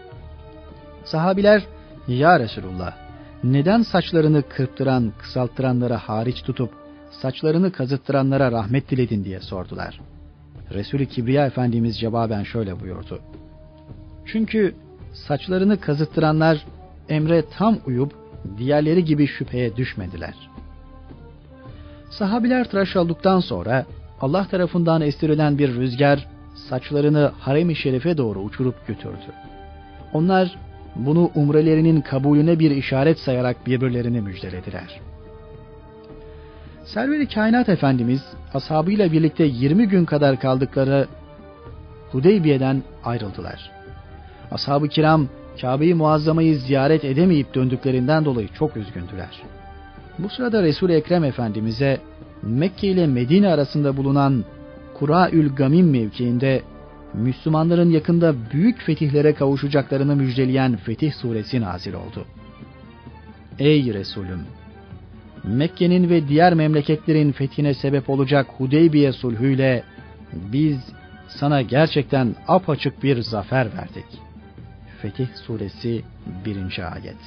Sahabiler ya Resulullah neden saçlarını kırptıran, kısalttıranlara hariç tutup saçlarını kazıttıranlara rahmet diledin diye sordular. Resul-i Kibriya Efendimiz cevaben şöyle buyurdu. Çünkü saçlarını kazıttıranlar emre tam uyup diğerleri gibi şüpheye düşmediler. Sahabiler tıraş olduktan sonra Allah tarafından estirilen bir rüzgar saçlarını harem-i şerife doğru uçurup götürdü. Onlar bunu umrelerinin kabulüne bir işaret sayarak birbirlerini müjdelediler. Server-i Kainat Efendimiz ashabıyla birlikte 20 gün kadar kaldıkları Hudeybiye'den ayrıldılar. Ashab-ı kiram Kabe-i Muazzama'yı ziyaret edemeyip döndüklerinden dolayı çok üzgündüler. Bu sırada Resul-i Ekrem Efendimiz'e Mekke ile Medine arasında bulunan Kuraül Gamim mevkiinde Müslümanların yakında büyük fetihlere kavuşacaklarını müjdeleyen Fetih Suresi nazil oldu. Ey Resulüm! Mekke'nin ve diğer memleketlerin fethine sebep olacak Hudeybiye sulhüyle biz sana gerçekten apaçık bir zafer verdik. Fetih Suresi 1. ayet.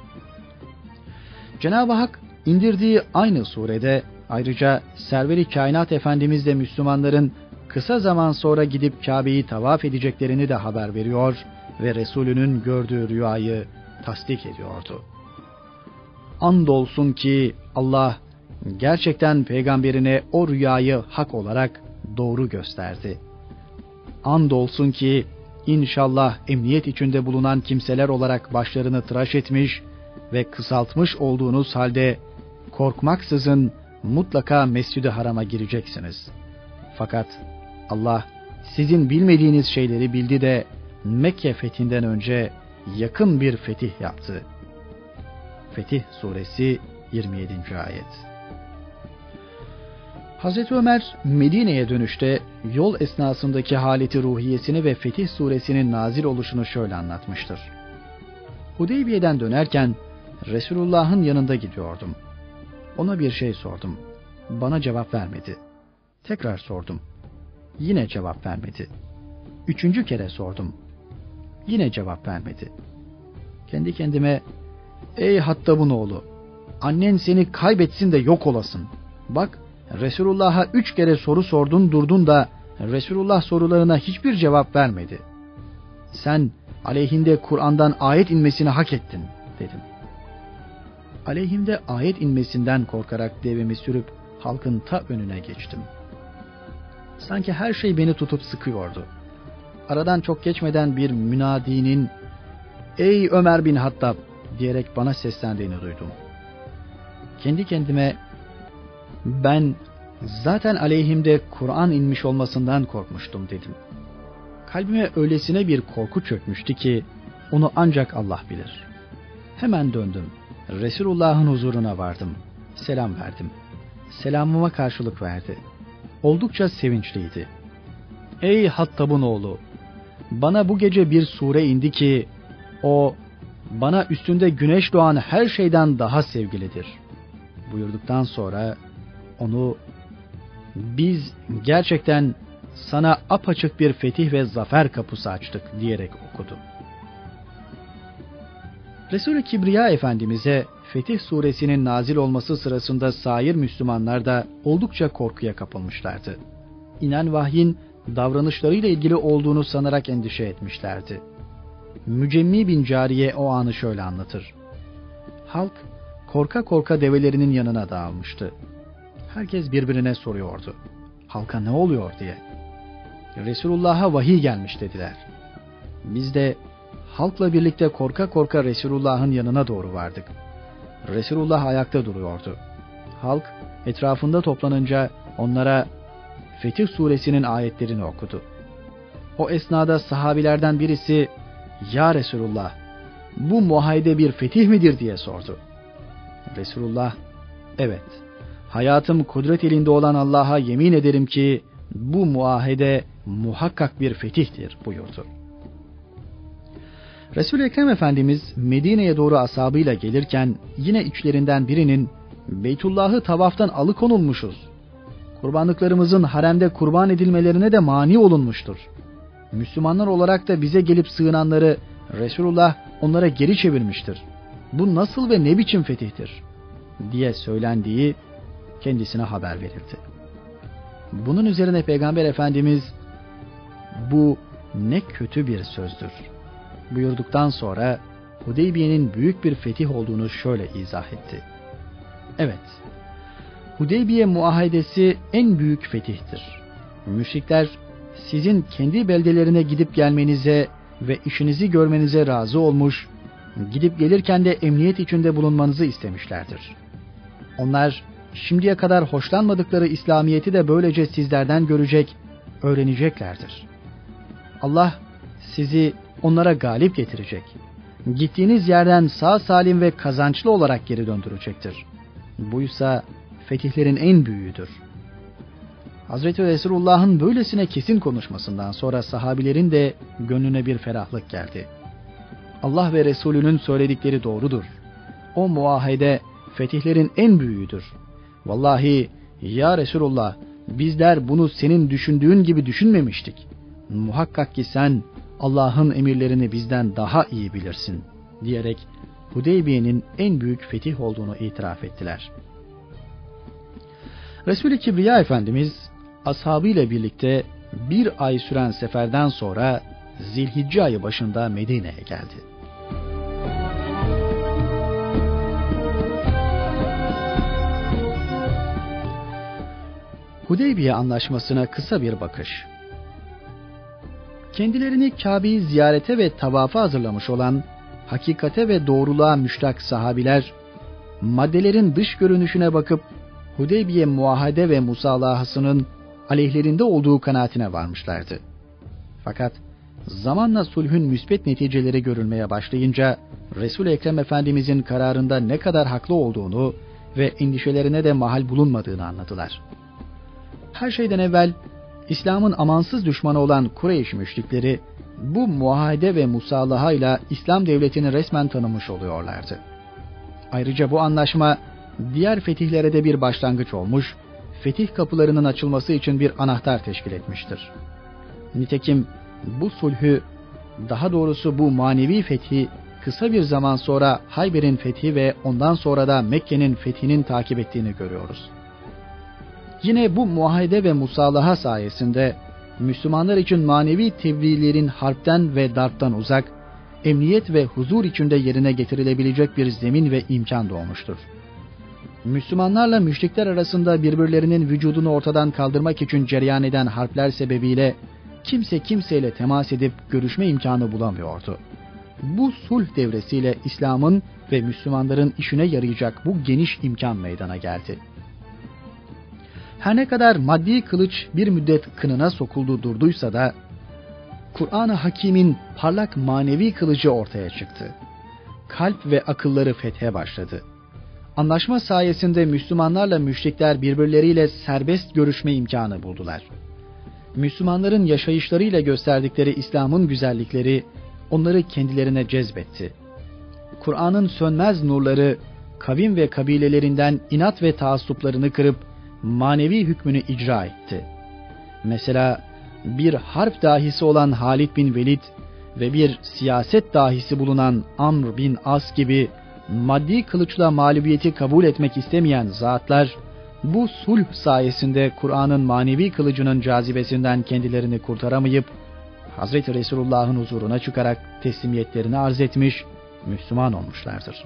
Cenab-ı Hak indirdiği aynı surede ayrıca Server-i Kainat Efendimiz de Müslümanların kısa zaman sonra gidip Kabe'yi tavaf edeceklerini de haber veriyor ve Resulünün gördüğü rüyayı tasdik ediyordu. Andolsun ki Allah gerçekten peygamberine o rüyayı hak olarak doğru gösterdi. Andolsun ki İnşallah emniyet içinde bulunan kimseler olarak başlarını tıraş etmiş ve kısaltmış olduğunuz halde korkmaksızın mutlaka Mescid-i Haram'a gireceksiniz. Fakat Allah sizin bilmediğiniz şeyleri bildi de Mekke fethinden önce yakın bir fetih yaptı. Fetih Suresi 27. ayet. Hazreti Ömer Medine'ye dönüşte yol esnasındaki haleti ruhiyesini ve Fetih Suresinin nazil oluşunu şöyle anlatmıştır. Hudeybiye'den dönerken Resulullah'ın yanında gidiyordum. Ona bir şey sordum. Bana cevap vermedi. Tekrar sordum. Yine cevap vermedi. Üçüncü kere sordum. Yine cevap vermedi. Kendi kendime, ey Hattab'ın oğlu, annen seni kaybetsin de yok olasın. Bak, Resulullah'a 3 kere soru sordun durdun da Resulullah sorularına hiçbir cevap vermedi. Sen aleyhinde Kur'an'dan ayet inmesini hak ettin dedim. Aleyhimde ayet inmesinden korkarak devemi sürüp halkın ta önüne geçtim. Sanki her şey beni tutup sıkıyordu. Aradan çok geçmeden bir münadinin ey Ömer bin Hattab diyerek bana seslendiğini duydum. Kendi kendime ben zaten aleyhimde Kur'an inmiş olmasından korkmuştum dedim. Kalbime öylesine bir korku çökmüştü ki onu ancak Allah bilir. Hemen döndüm. Resulullah'ın huzuruna vardım. Selam verdim. Selamıma karşılık verdi. Oldukça sevinçliydi. Ey Hattab'ın oğlu! Bana bu gece bir sure indi ki o bana üstünde güneş doğan her şeyden daha sevgilidir. Buyurduktan sonra onu biz gerçekten sana apaçık bir fetih ve zafer kapısı açtık diyerek okudu. Resul-i Kibriya Efendimiz'e Fetih suresinin nazil olması sırasında sair Müslümanlar da oldukça korkuya kapılmışlardı. İnen vahyin davranışlarıyla ilgili olduğunu sanarak endişe etmişlerdi. Mücemmi bin Cariye o anı şöyle anlatır. Halk korka korka develerinin yanına dağılmıştı. Herkes birbirine soruyordu. Halka ne oluyor diye. Resulullah'a vahiy gelmiş dediler. Biz de halkla birlikte korka korka Resulullah'ın yanına doğru vardık. Resulullah ayakta duruyordu. Halk etrafında toplanınca onlara Fetih suresinin ayetlerini okudu. O esnada sahabilerden birisi, "Ya Resulullah, bu muahede bir fetih midir?" diye sordu. Resulullah, "Evet, hayatım kudret elinde olan Allah'a yemin ederim ki bu muahede muhakkak bir fetihtir" buyurdu. Resul-i Ekrem Efendimiz Medine'ye doğru ashabıyla gelirken yine içlerinden birinin "Beytullah'ı tavaftan alıkonulmuşuz. Kurbanlıklarımızın haremde kurban edilmelerine de mani olunmuştur. Müslümanlar olarak da bize gelip sığınanları Resulullah onlara geri çevirmiştir. Bu nasıl ve ne biçim fetihtir?" diye söylendiği kendisine haber verildi. Bunun üzerine Peygamber Efendimiz "Bu ne kötü bir sözdür" buyurduktan sonra Hudeybiye'nin büyük bir fetih olduğunu şöyle izah etti. Evet, Hudeybiye muahedesi en büyük fetihtir. Müşrikler sizin kendi beldelerine gidip gelmenize ve işinizi görmenize razı olmuş, gidip gelirken de emniyet içinde bulunmanızı istemişlerdir. Onlar şimdiye kadar hoşlanmadıkları İslamiyet'i de böylece sizlerden görecek, öğreneceklerdir. Allah sizi onlara galip getirecek. Gittiğiniz yerden sağ salim ve kazançlı olarak geri döndürecektir. Buysa fetihlerin en büyüğüdür. Hazreti Resulullah'ın böylesine kesin konuşmasından sonra sahabilerin de gönlüne bir ferahlık geldi. Allah ve Resulünün söyledikleri doğrudur. O muahede fetihlerin en büyüğüdür. Vallahi ya Resulullah, bizler bunu senin düşündüğün gibi düşünmemiştik. Muhakkak ki sen Allah'ın emirlerini bizden daha iyi bilirsin diyerek Hudeybiye'nin en büyük fetih olduğunu itiraf ettiler. Resul-i Kibriya Efendimiz ashabıyla birlikte bir ay süren seferden sonra Zilhicce ayı başında Medine'ye geldi. Hudeybiye Anlaşması'na kısa bir bakış. Kendilerini Kabe'yi ziyarete ve tavafa hazırlamış olan hakikate ve doğruluğa müştak sahabiler, maddelerin dış görünüşüne bakıp Hudeybiye muahede ve musalahasının aleyhlerinde olduğu kanaatine varmışlardı. Fakat zamanla sulhün müsbet neticeleri görülmeye başlayınca Resul-i Ekrem Efendimizin kararında ne kadar haklı olduğunu ve endişelerine de mahal bulunmadığını anladılar. Her şeyden evvel İslam'ın amansız düşmanı olan Kureyş müşrikleri bu muahede ve musalaha ile İslam devletini resmen tanımış oluyorlardı. Ayrıca bu anlaşma diğer fetihlere de bir başlangıç olmuş, fetih kapılarının açılması için bir anahtar teşkil etmiştir. Nitekim bu sulhü, daha doğrusu bu manevi fethi kısa bir zaman sonra Hayber'in fethi ve ondan sonra da Mekke'nin fethinin takip ettiğini görüyoruz. Yine bu muahede ve musalaha sayesinde Müslümanlar için manevi tevlilerin harpten ve darptan uzak, emniyet ve huzur içinde yerine getirilebilecek bir zemin ve imkan doğmuştur. Müslümanlarla müşrikler arasında birbirlerinin vücudunu ortadan kaldırmak için cereyan eden harpler sebebiyle kimse kimseyle temas edip görüşme imkanı bulamıyordu. Bu sulh devresiyle İslam'ın ve Müslümanların işine yarayacak bu geniş imkan meydana geldi. Her ne kadar maddi kılıç bir müddet kınına sokuldu durduysa da Kur'an-ı Hakîm'in parlak manevi kılıcı ortaya çıktı. Kalp ve akılları fethe başladı. Anlaşma sayesinde Müslümanlarla müşrikler birbirleriyle serbest görüşme imkanı buldular. Müslümanların yaşayışlarıyla gösterdikleri İslam'ın güzellikleri onları kendilerine cezbetti. Kur'an'ın sönmez nurları kavim ve kabilelerinden inat ve taassuplarını kırıp manevi hükmünü icra etti. Mesela bir harp dahisi olan Halid bin Velid ve bir siyaset dahisi bulunan Amr bin As gibi maddi kılıçla mağlubiyeti kabul etmek istemeyen zatlar, bu sulh sayesinde Kur'an'ın manevi kılıcının cazibesinden kendilerini kurtaramayıp, Hazreti Resulullah'ın huzuruna çıkarak teslimiyetlerini arz etmiş, Müslüman olmuşlardır.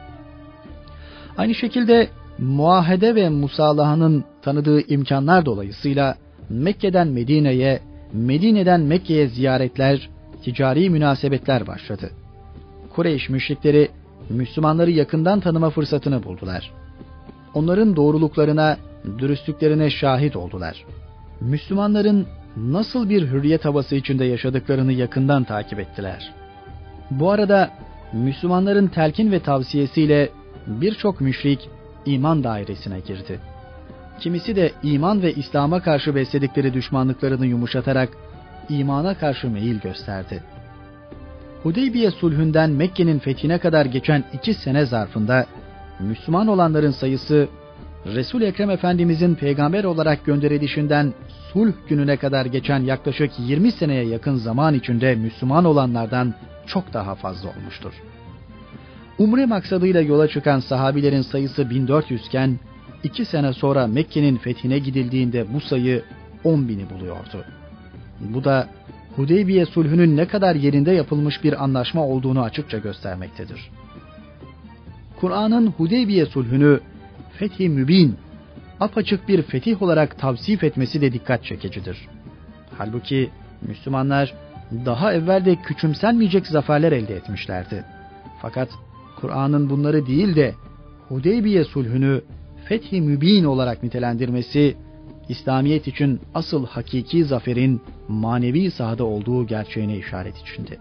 Aynı şekilde muahede ve musalahanın tanıdığı imkanlar dolayısıyla Mekke'den Medine'ye, Medine'den Mekke'ye ziyaretler, ticari münasebetler başladı. Kureyş müşrikleri Müslümanları yakından tanıma fırsatını buldular. Onların doğruluklarına, dürüstlüklerine şahit oldular. Müslümanların nasıl bir hürriyet havası içinde yaşadıklarını yakından takip ettiler. Bu arada Müslümanların telkin ve tavsiyesiyle birçok müşrik iman dairesine girdi. Kimisi de iman ve İslam'a karşı besledikleri düşmanlıklarını yumuşatarak imana karşı meyil gösterdi. Hudeybiye sulhünden Mekke'nin fethine kadar geçen 2 sene zarfında Müslüman olanların sayısı Resul-i Ekrem Efendimizin peygamber olarak gönderilişinden sulh gününe kadar geçen yaklaşık 20 seneye yakın zaman içinde Müslüman olanlardan çok daha fazla olmuştur. Umre maksadıyla yola çıkan sahabilerin sayısı 1400 iken 2 sene sonra Mekke'nin fethine gidildiğinde bu sayı 10.000'i buluyordu. Bu da Hudeybiye sulhünün ne kadar yerinde yapılmış bir anlaşma olduğunu açıkça göstermektedir. Kur'an'ın Hudeybiye sulhünü fethi mübin, apaçık bir fetih olarak tavsif etmesi de dikkat çekicidir. Halbuki Müslümanlar daha evvel de küçümsenmeyecek zaferler elde etmişlerdi. Fakat Kur'an'ın bunları değil de Hudeybiye sulhünü fethi mübin olarak nitelendirmesi, İslamiyet için asıl hakiki zaferin manevi sahada olduğu gerçeğine işaret içindi.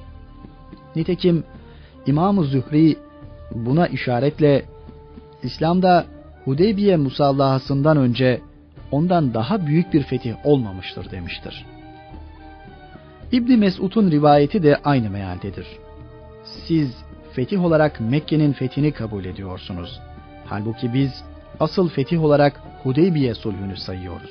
Nitekim İmam-ı Zühri buna işaretle İslam'da Hudeybiye musallahasından önce ondan daha büyük bir fetih olmamıştır demiştir. İbn Mesud'un rivayeti de aynı mealdedir. Siz fetih olarak Mekke'nin fethini kabul ediyorsunuz. Halbuki biz asıl fetih olarak Hudeybiye sulhünü sayıyoruz.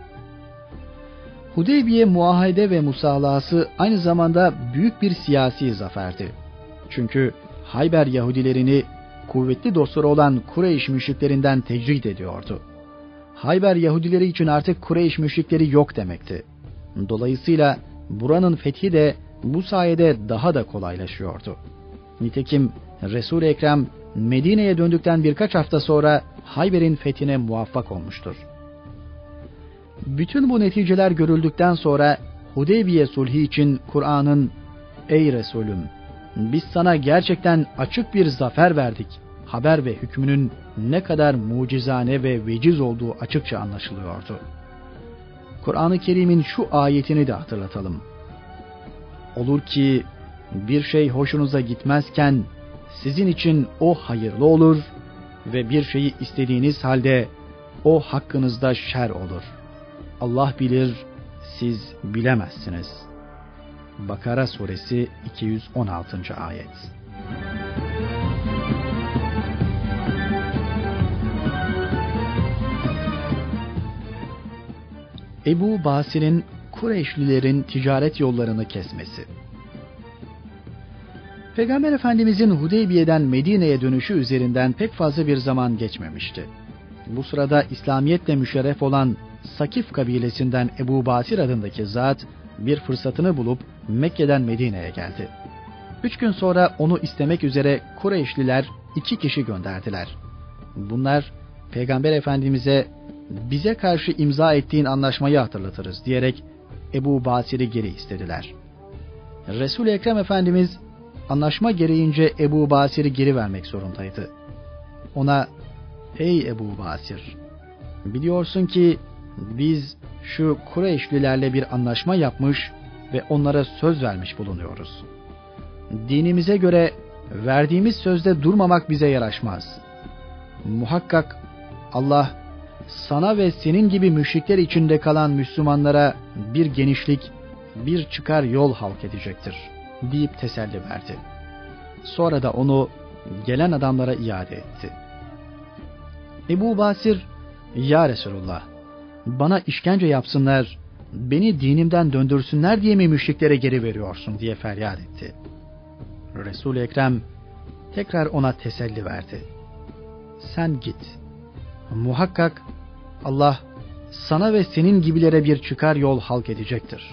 Hudeybiye muahede ve musallahası aynı zamanda büyük bir siyasi zaferdi. Çünkü Hayber Yahudilerini kuvvetli dostları olan Kureyş müşriklerinden tecrid ediyordu. Hayber Yahudileri için artık Kureyş müşrikleri yok demekti. Dolayısıyla buranın fethi de bu sayede daha da kolaylaşıyordu. Nitekim Resul-i Ekrem Medine'ye döndükten birkaç hafta sonra Hayber'in fethine muvaffak olmuştur. Bütün bu neticeler görüldükten sonra Hudeybiye sulhü için Kur'an'ın "Ey Resulüm, biz sana gerçekten açık bir zafer verdik" haber ve hükmünün ne kadar mucizane ve veciz olduğu açıkça anlaşılıyordu. Kur'an-ı Kerim'in şu ayetini de hatırlatalım. Olur ki bir şey hoşunuza gitmezken sizin için o hayırlı olur ve bir şeyi istediğiniz halde o hakkınızda şer olur. Allah bilir, siz bilemezsiniz. Bakara suresi 216. ayet. Ebu Basir'in Kureyşlilerin ticaret yollarını kesmesi. Peygamber Efendimizin Hudeybiye'den Medine'ye dönüşü üzerinden pek fazla bir zaman geçmemişti. Bu sırada İslamiyetle müşerref olan Sakif kabilesinden Ebu Basir adındaki zat bir fırsatını bulup Mekke'den Medine'ye geldi. 3 gün sonra onu istemek üzere Kureyşliler 2 kişi gönderdiler. Bunlar Peygamber Efendimiz'e "Bize karşı imza ettiğin anlaşmayı hatırlatırız" diyerek Ebu Basir'i geri istediler. Resul-i Ekrem Efendimiz anlaşma gereğince Ebu Basir'i geri vermek zorundaydı. Ona "Ey Ebu Basir, biliyorsun ki biz şu Kureyşlilerle bir anlaşma yapmış ve onlara söz vermiş bulunuyoruz. Dinimize göre verdiğimiz sözde durmamak bize yaraşmaz. Muhakkak Allah sana ve senin gibi müşrikler içinde kalan Müslümanlara bir genişlik, bir çıkar yol halk edecektir" deyip teselli verdi. Sonra da onu gelen adamlara iade etti. Ebu Basir Ya Resulullah, bana işkence yapsınlar, beni dinimden döndürsünler diye mi müşriklere geri veriyorsun diye feryat etti. Resul-i Ekrem tekrar ona teselli verdi. Sen git. Muhakkak Allah sana ve senin gibilere bir çıkar yol halk edecektir.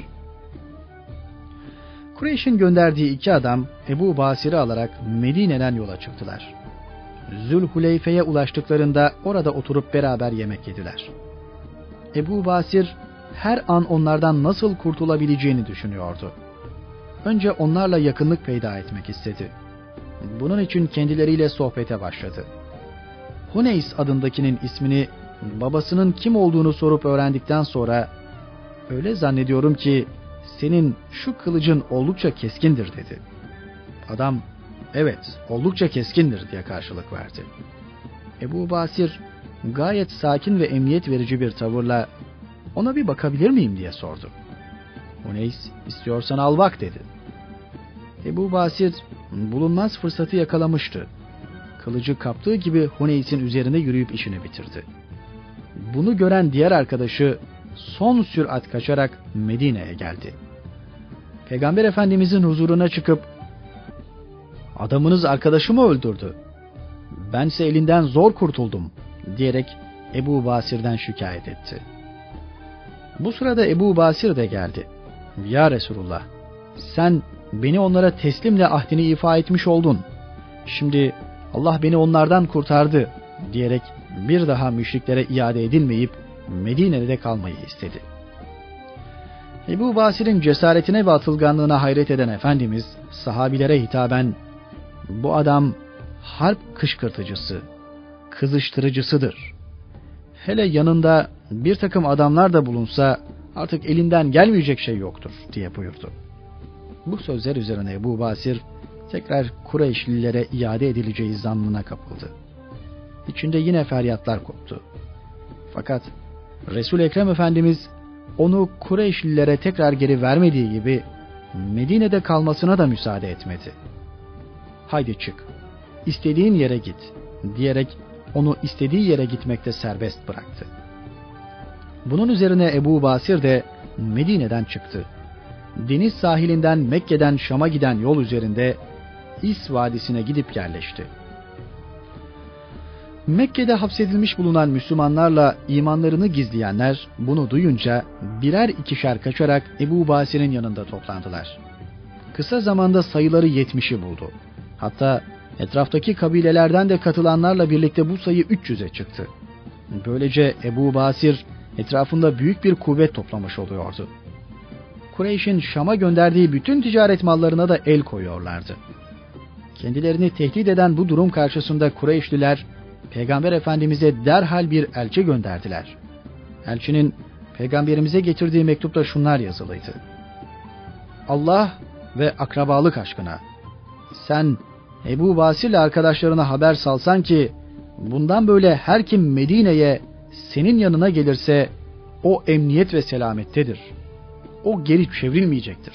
Kureyş'in gönderdiği iki adam Ebu Basir'i alarak Medine'den yola çıktılar. Zülhuleyfe'ye ulaştıklarında orada oturup beraber yemek yediler. Ebu Basir her an onlardan nasıl kurtulabileceğini düşünüyordu. Önce onlarla yakınlık peyda etmek istedi. Bunun için kendileriyle sohbete başladı. Huneys adındakinin ismini, babasının kim olduğunu sorup öğrendikten sonra, öyle zannediyorum ki senin şu kılıcın oldukça keskindir dedi. Adam, evet oldukça keskindir diye karşılık verdi. Ebu Basir gayet sakin ve emniyet verici bir tavırla, ona bir bakabilir miyim diye sordu. Huneys, istiyorsan al bak dedi. Ebu Basir bulunmaz fırsatı yakalamıştı. Kılıcı kaptığı gibi Huneys'in üzerine yürüyüp işini bitirdi. Bunu gören diğer arkadaşı son sürat kaçarak Medine'ye geldi. Peygamber Efendimizin huzuruna çıkıp, adamınız arkadaşımı öldürdü, bense elinden zor kurtuldum diyerek Ebu Basir'den şikayet etti. Bu sırada Ebu Basir de geldi. Ya Resulullah, sen beni onlara teslimle ahdini ifa etmiş oldun. Şimdi Allah beni onlardan kurtardı diyerek bir daha müşriklere iade edilmeyip Medine'de kalmayı istedi. Ebu Basir'in cesaretine ve atılganlığına hayret eden Efendimiz sahabilere hitaben, bu adam harp kışkırtıcısı, kızıştırıcısıdır. Hele yanında bir takım adamlar da bulunsa artık elinden gelmeyecek şey yoktur diye buyurdu. Bu sözler üzerine Ebu Basir tekrar Kureyşlilere iade edileceği zannına kapıldı. İçinde yine feryatlar koptu. Fakat Resul-i Ekrem Efendimiz onu Kureyşlilere tekrar geri vermediği gibi Medine'de kalmasına da müsaade etmedi. Haydi çık, istediğin yere git diyerek onu istediği yere gitmekte serbest bıraktı. Bunun üzerine Ebu Basir de Medine'den çıktı. Deniz sahilinden Mekke'den Şam'a giden yol üzerinde İs Vadisi'ne gidip yerleşti. Mekke'de hapsedilmiş bulunan Müslümanlarla imanlarını gizleyenler bunu duyunca birer ikişer kaçarak Ebu Basir'in yanında toplandılar. Kısa zamanda sayıları 70'i buldu. Hatta etraftaki kabilelerden de katılanlarla birlikte bu sayı 300'e çıktı. Böylece Ebu Basir etrafında büyük bir kuvvet toplamış oluyordu. Kureyş'in Şam'a gönderdiği bütün ticaret mallarına da el koyuyorlardı. Kendilerini tehdit eden bu durum karşısında Kureyşliler Peygamber Efendimiz'e derhal bir elçi gönderdiler. Elçinin Peygamberimize getirdiği mektupta şunlar yazılıydı: Allah ve akrabalık aşkına, sen Ebu Basir'le arkadaşlarına haber salsan ki bundan böyle her kim Medine'ye senin yanına gelirse o emniyet ve selamettedir. O geri çevrilmeyecektir.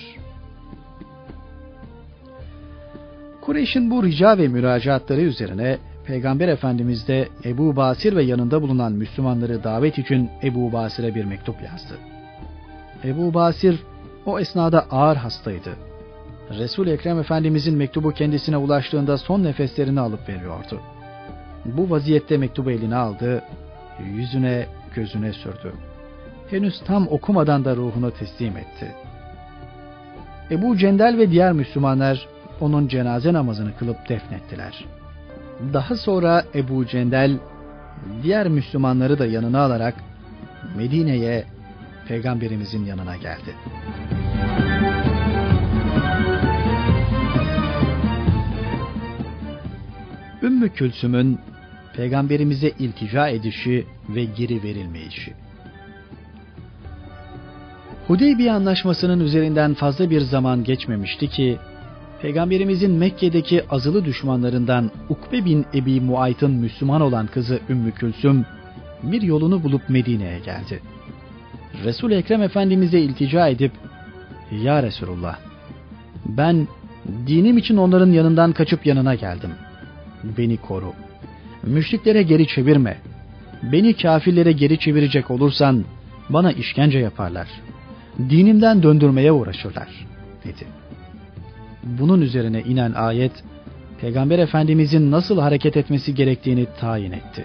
Kureyş'in bu rica ve müracaatları üzerine Peygamber Efendimiz de Ebu Basir ve yanında bulunan Müslümanları davet için Ebu Basir'e bir mektup yazdı. Ebu Basir o esnada ağır hastaydı. Resul-i Ekrem Efendimizin mektubu kendisine ulaştığında son nefeslerini alıp veriyordu. Bu vaziyette mektubu eline aldı, yüzüne gözüne sürdü. Henüz tam okumadan da ruhunu teslim etti. Ebu Cendel ve diğer Müslümanlar onun cenaze namazını kılıp defnettiler. Daha sonra Ebu Cendel diğer Müslümanları da yanına alarak Medine'ye Peygamberimizin yanına geldi. Ümmü Külsüm'ün Peygamberimize iltica edişi ve geri verilmeyişi. Hudeybiye Anlaşması'nın üzerinden fazla bir zaman geçmemişti ki Peygamberimizin Mekke'deki azılı düşmanlarından Ukbe bin Ebi Muayt'ın Müslüman olan kızı Ümmü Külsüm bir yolunu bulup Medine'ye geldi. Resul-i Ekrem Efendimiz'e iltica edip, Ya Resulullah, ben dinim için onların yanından kaçıp yanına geldim. Beni koru. Müşriklere geri çevirme. beni kâfirlere geri çevirecek olursan bana işkence yaparlar. Dinimden döndürmeye uğraşırlar dedi. Bunun üzerine inen ayet, Peygamber Efendimizin nasıl hareket etmesi gerektiğini tayin etti.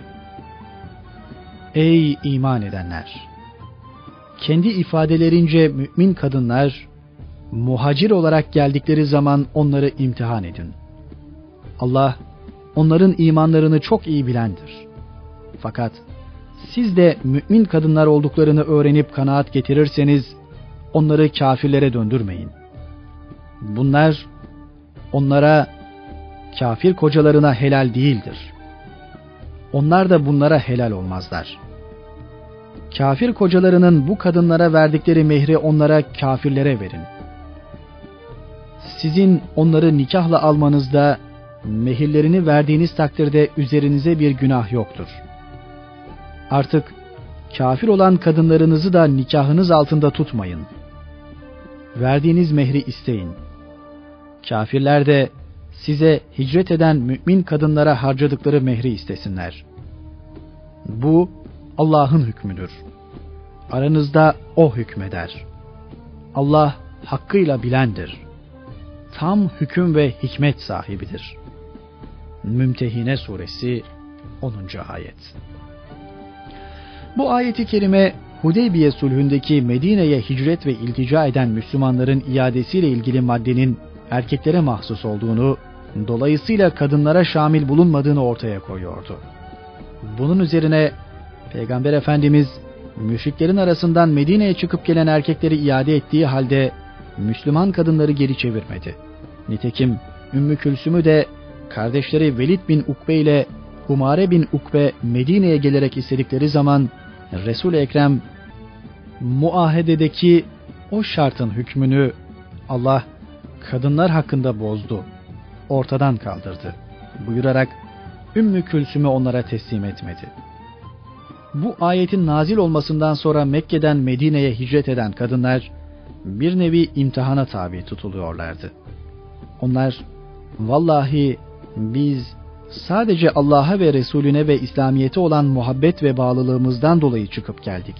Ey iman edenler! Kendi ifadelerince mümin kadınlar, muhacir olarak geldikleri zaman onları imtihan edin. Allah, onların imanlarını çok iyi bilendir. Fakat siz de mümin kadınlar olduklarını öğrenip kanaat getirirseniz, onları kâfirlere döndürmeyin. Bunlar, onlara, kâfir kocalarına helal değildir. Onlar da bunlara helal olmazlar. Kâfir kocalarının bu kadınlara verdikleri mehri onlara, kâfirlere verin. Sizin onları nikahla almanızda, mehirlerini verdiğiniz takdirde üzerinize bir günah yoktur. Artık kâfir olan kadınlarınızı da nikahınız altında tutmayın. Verdiğiniz mehri isteyin. Kâfirler de size hicret eden mümin kadınlara harcadıkları mehri istesinler. Bu Allah'ın hükmüdür. Aranızda O hükmeder. Allah hakkıyla bilendir. Tam hüküm ve hikmet sahibidir. Mümtehine Suresi 10. Ayet. Bu ayeti kerime Hudeybiye sulhündeki Medine'ye hicret ve iltica eden Müslümanların iadesiyle ilgili maddenin erkeklere mahsus olduğunu, dolayısıyla kadınlara şamil bulunmadığını ortaya koyuyordu. Bunun üzerine Peygamber Efendimiz müşriklerin arasından Medine'ye çıkıp gelen erkekleri iade ettiği halde Müslüman kadınları geri çevirmedi. Nitekim Ümmü Külsüm'ü de kardeşleri Velid bin Ukbe ile Umare bin Ukbe Medine'ye gelerek istedikleri zaman Resul-i Ekrem muahededeki o şartın hükmünü Allah kadınlar hakkında bozdu, ortadan kaldırdı buyurarak Ümmü Külsüm'ü onlara teslim etmedi. Bu ayetin nazil olmasından sonra Mekke'den Medine'ye hicret eden kadınlar bir nevi imtihana tabi tutuluyorlardı. Onlar, vallahi biz sadece Allah'a ve Resulüne ve İslamiyet'e olan muhabbet ve bağlılığımızdan dolayı çıkıp geldik.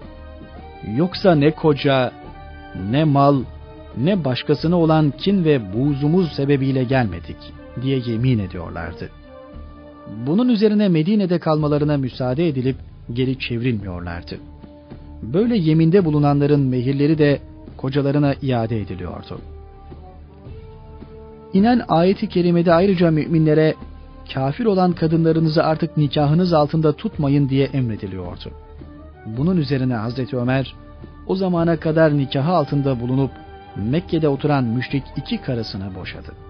Yoksa ne koca, ne mal, ne başkasına olan kin ve buğzumuz sebebiyle gelmedik diye yemin ediyorlardı. Bunun üzerine Medine'de kalmalarına müsaade edilip geri çevrilmiyorlardı. Böyle yeminde bulunanların mehirleri de kocalarına iade ediliyordu. İnen ayet-i kerimede ayrıca müminlere kafir olan kadınlarınızı artık nikahınız altında tutmayın diye emrediliyordu. Bunun üzerine Hazreti Ömer o zamana kadar nikahı altında bulunup Mekke'de oturan müşrik 2 karısını boşadı.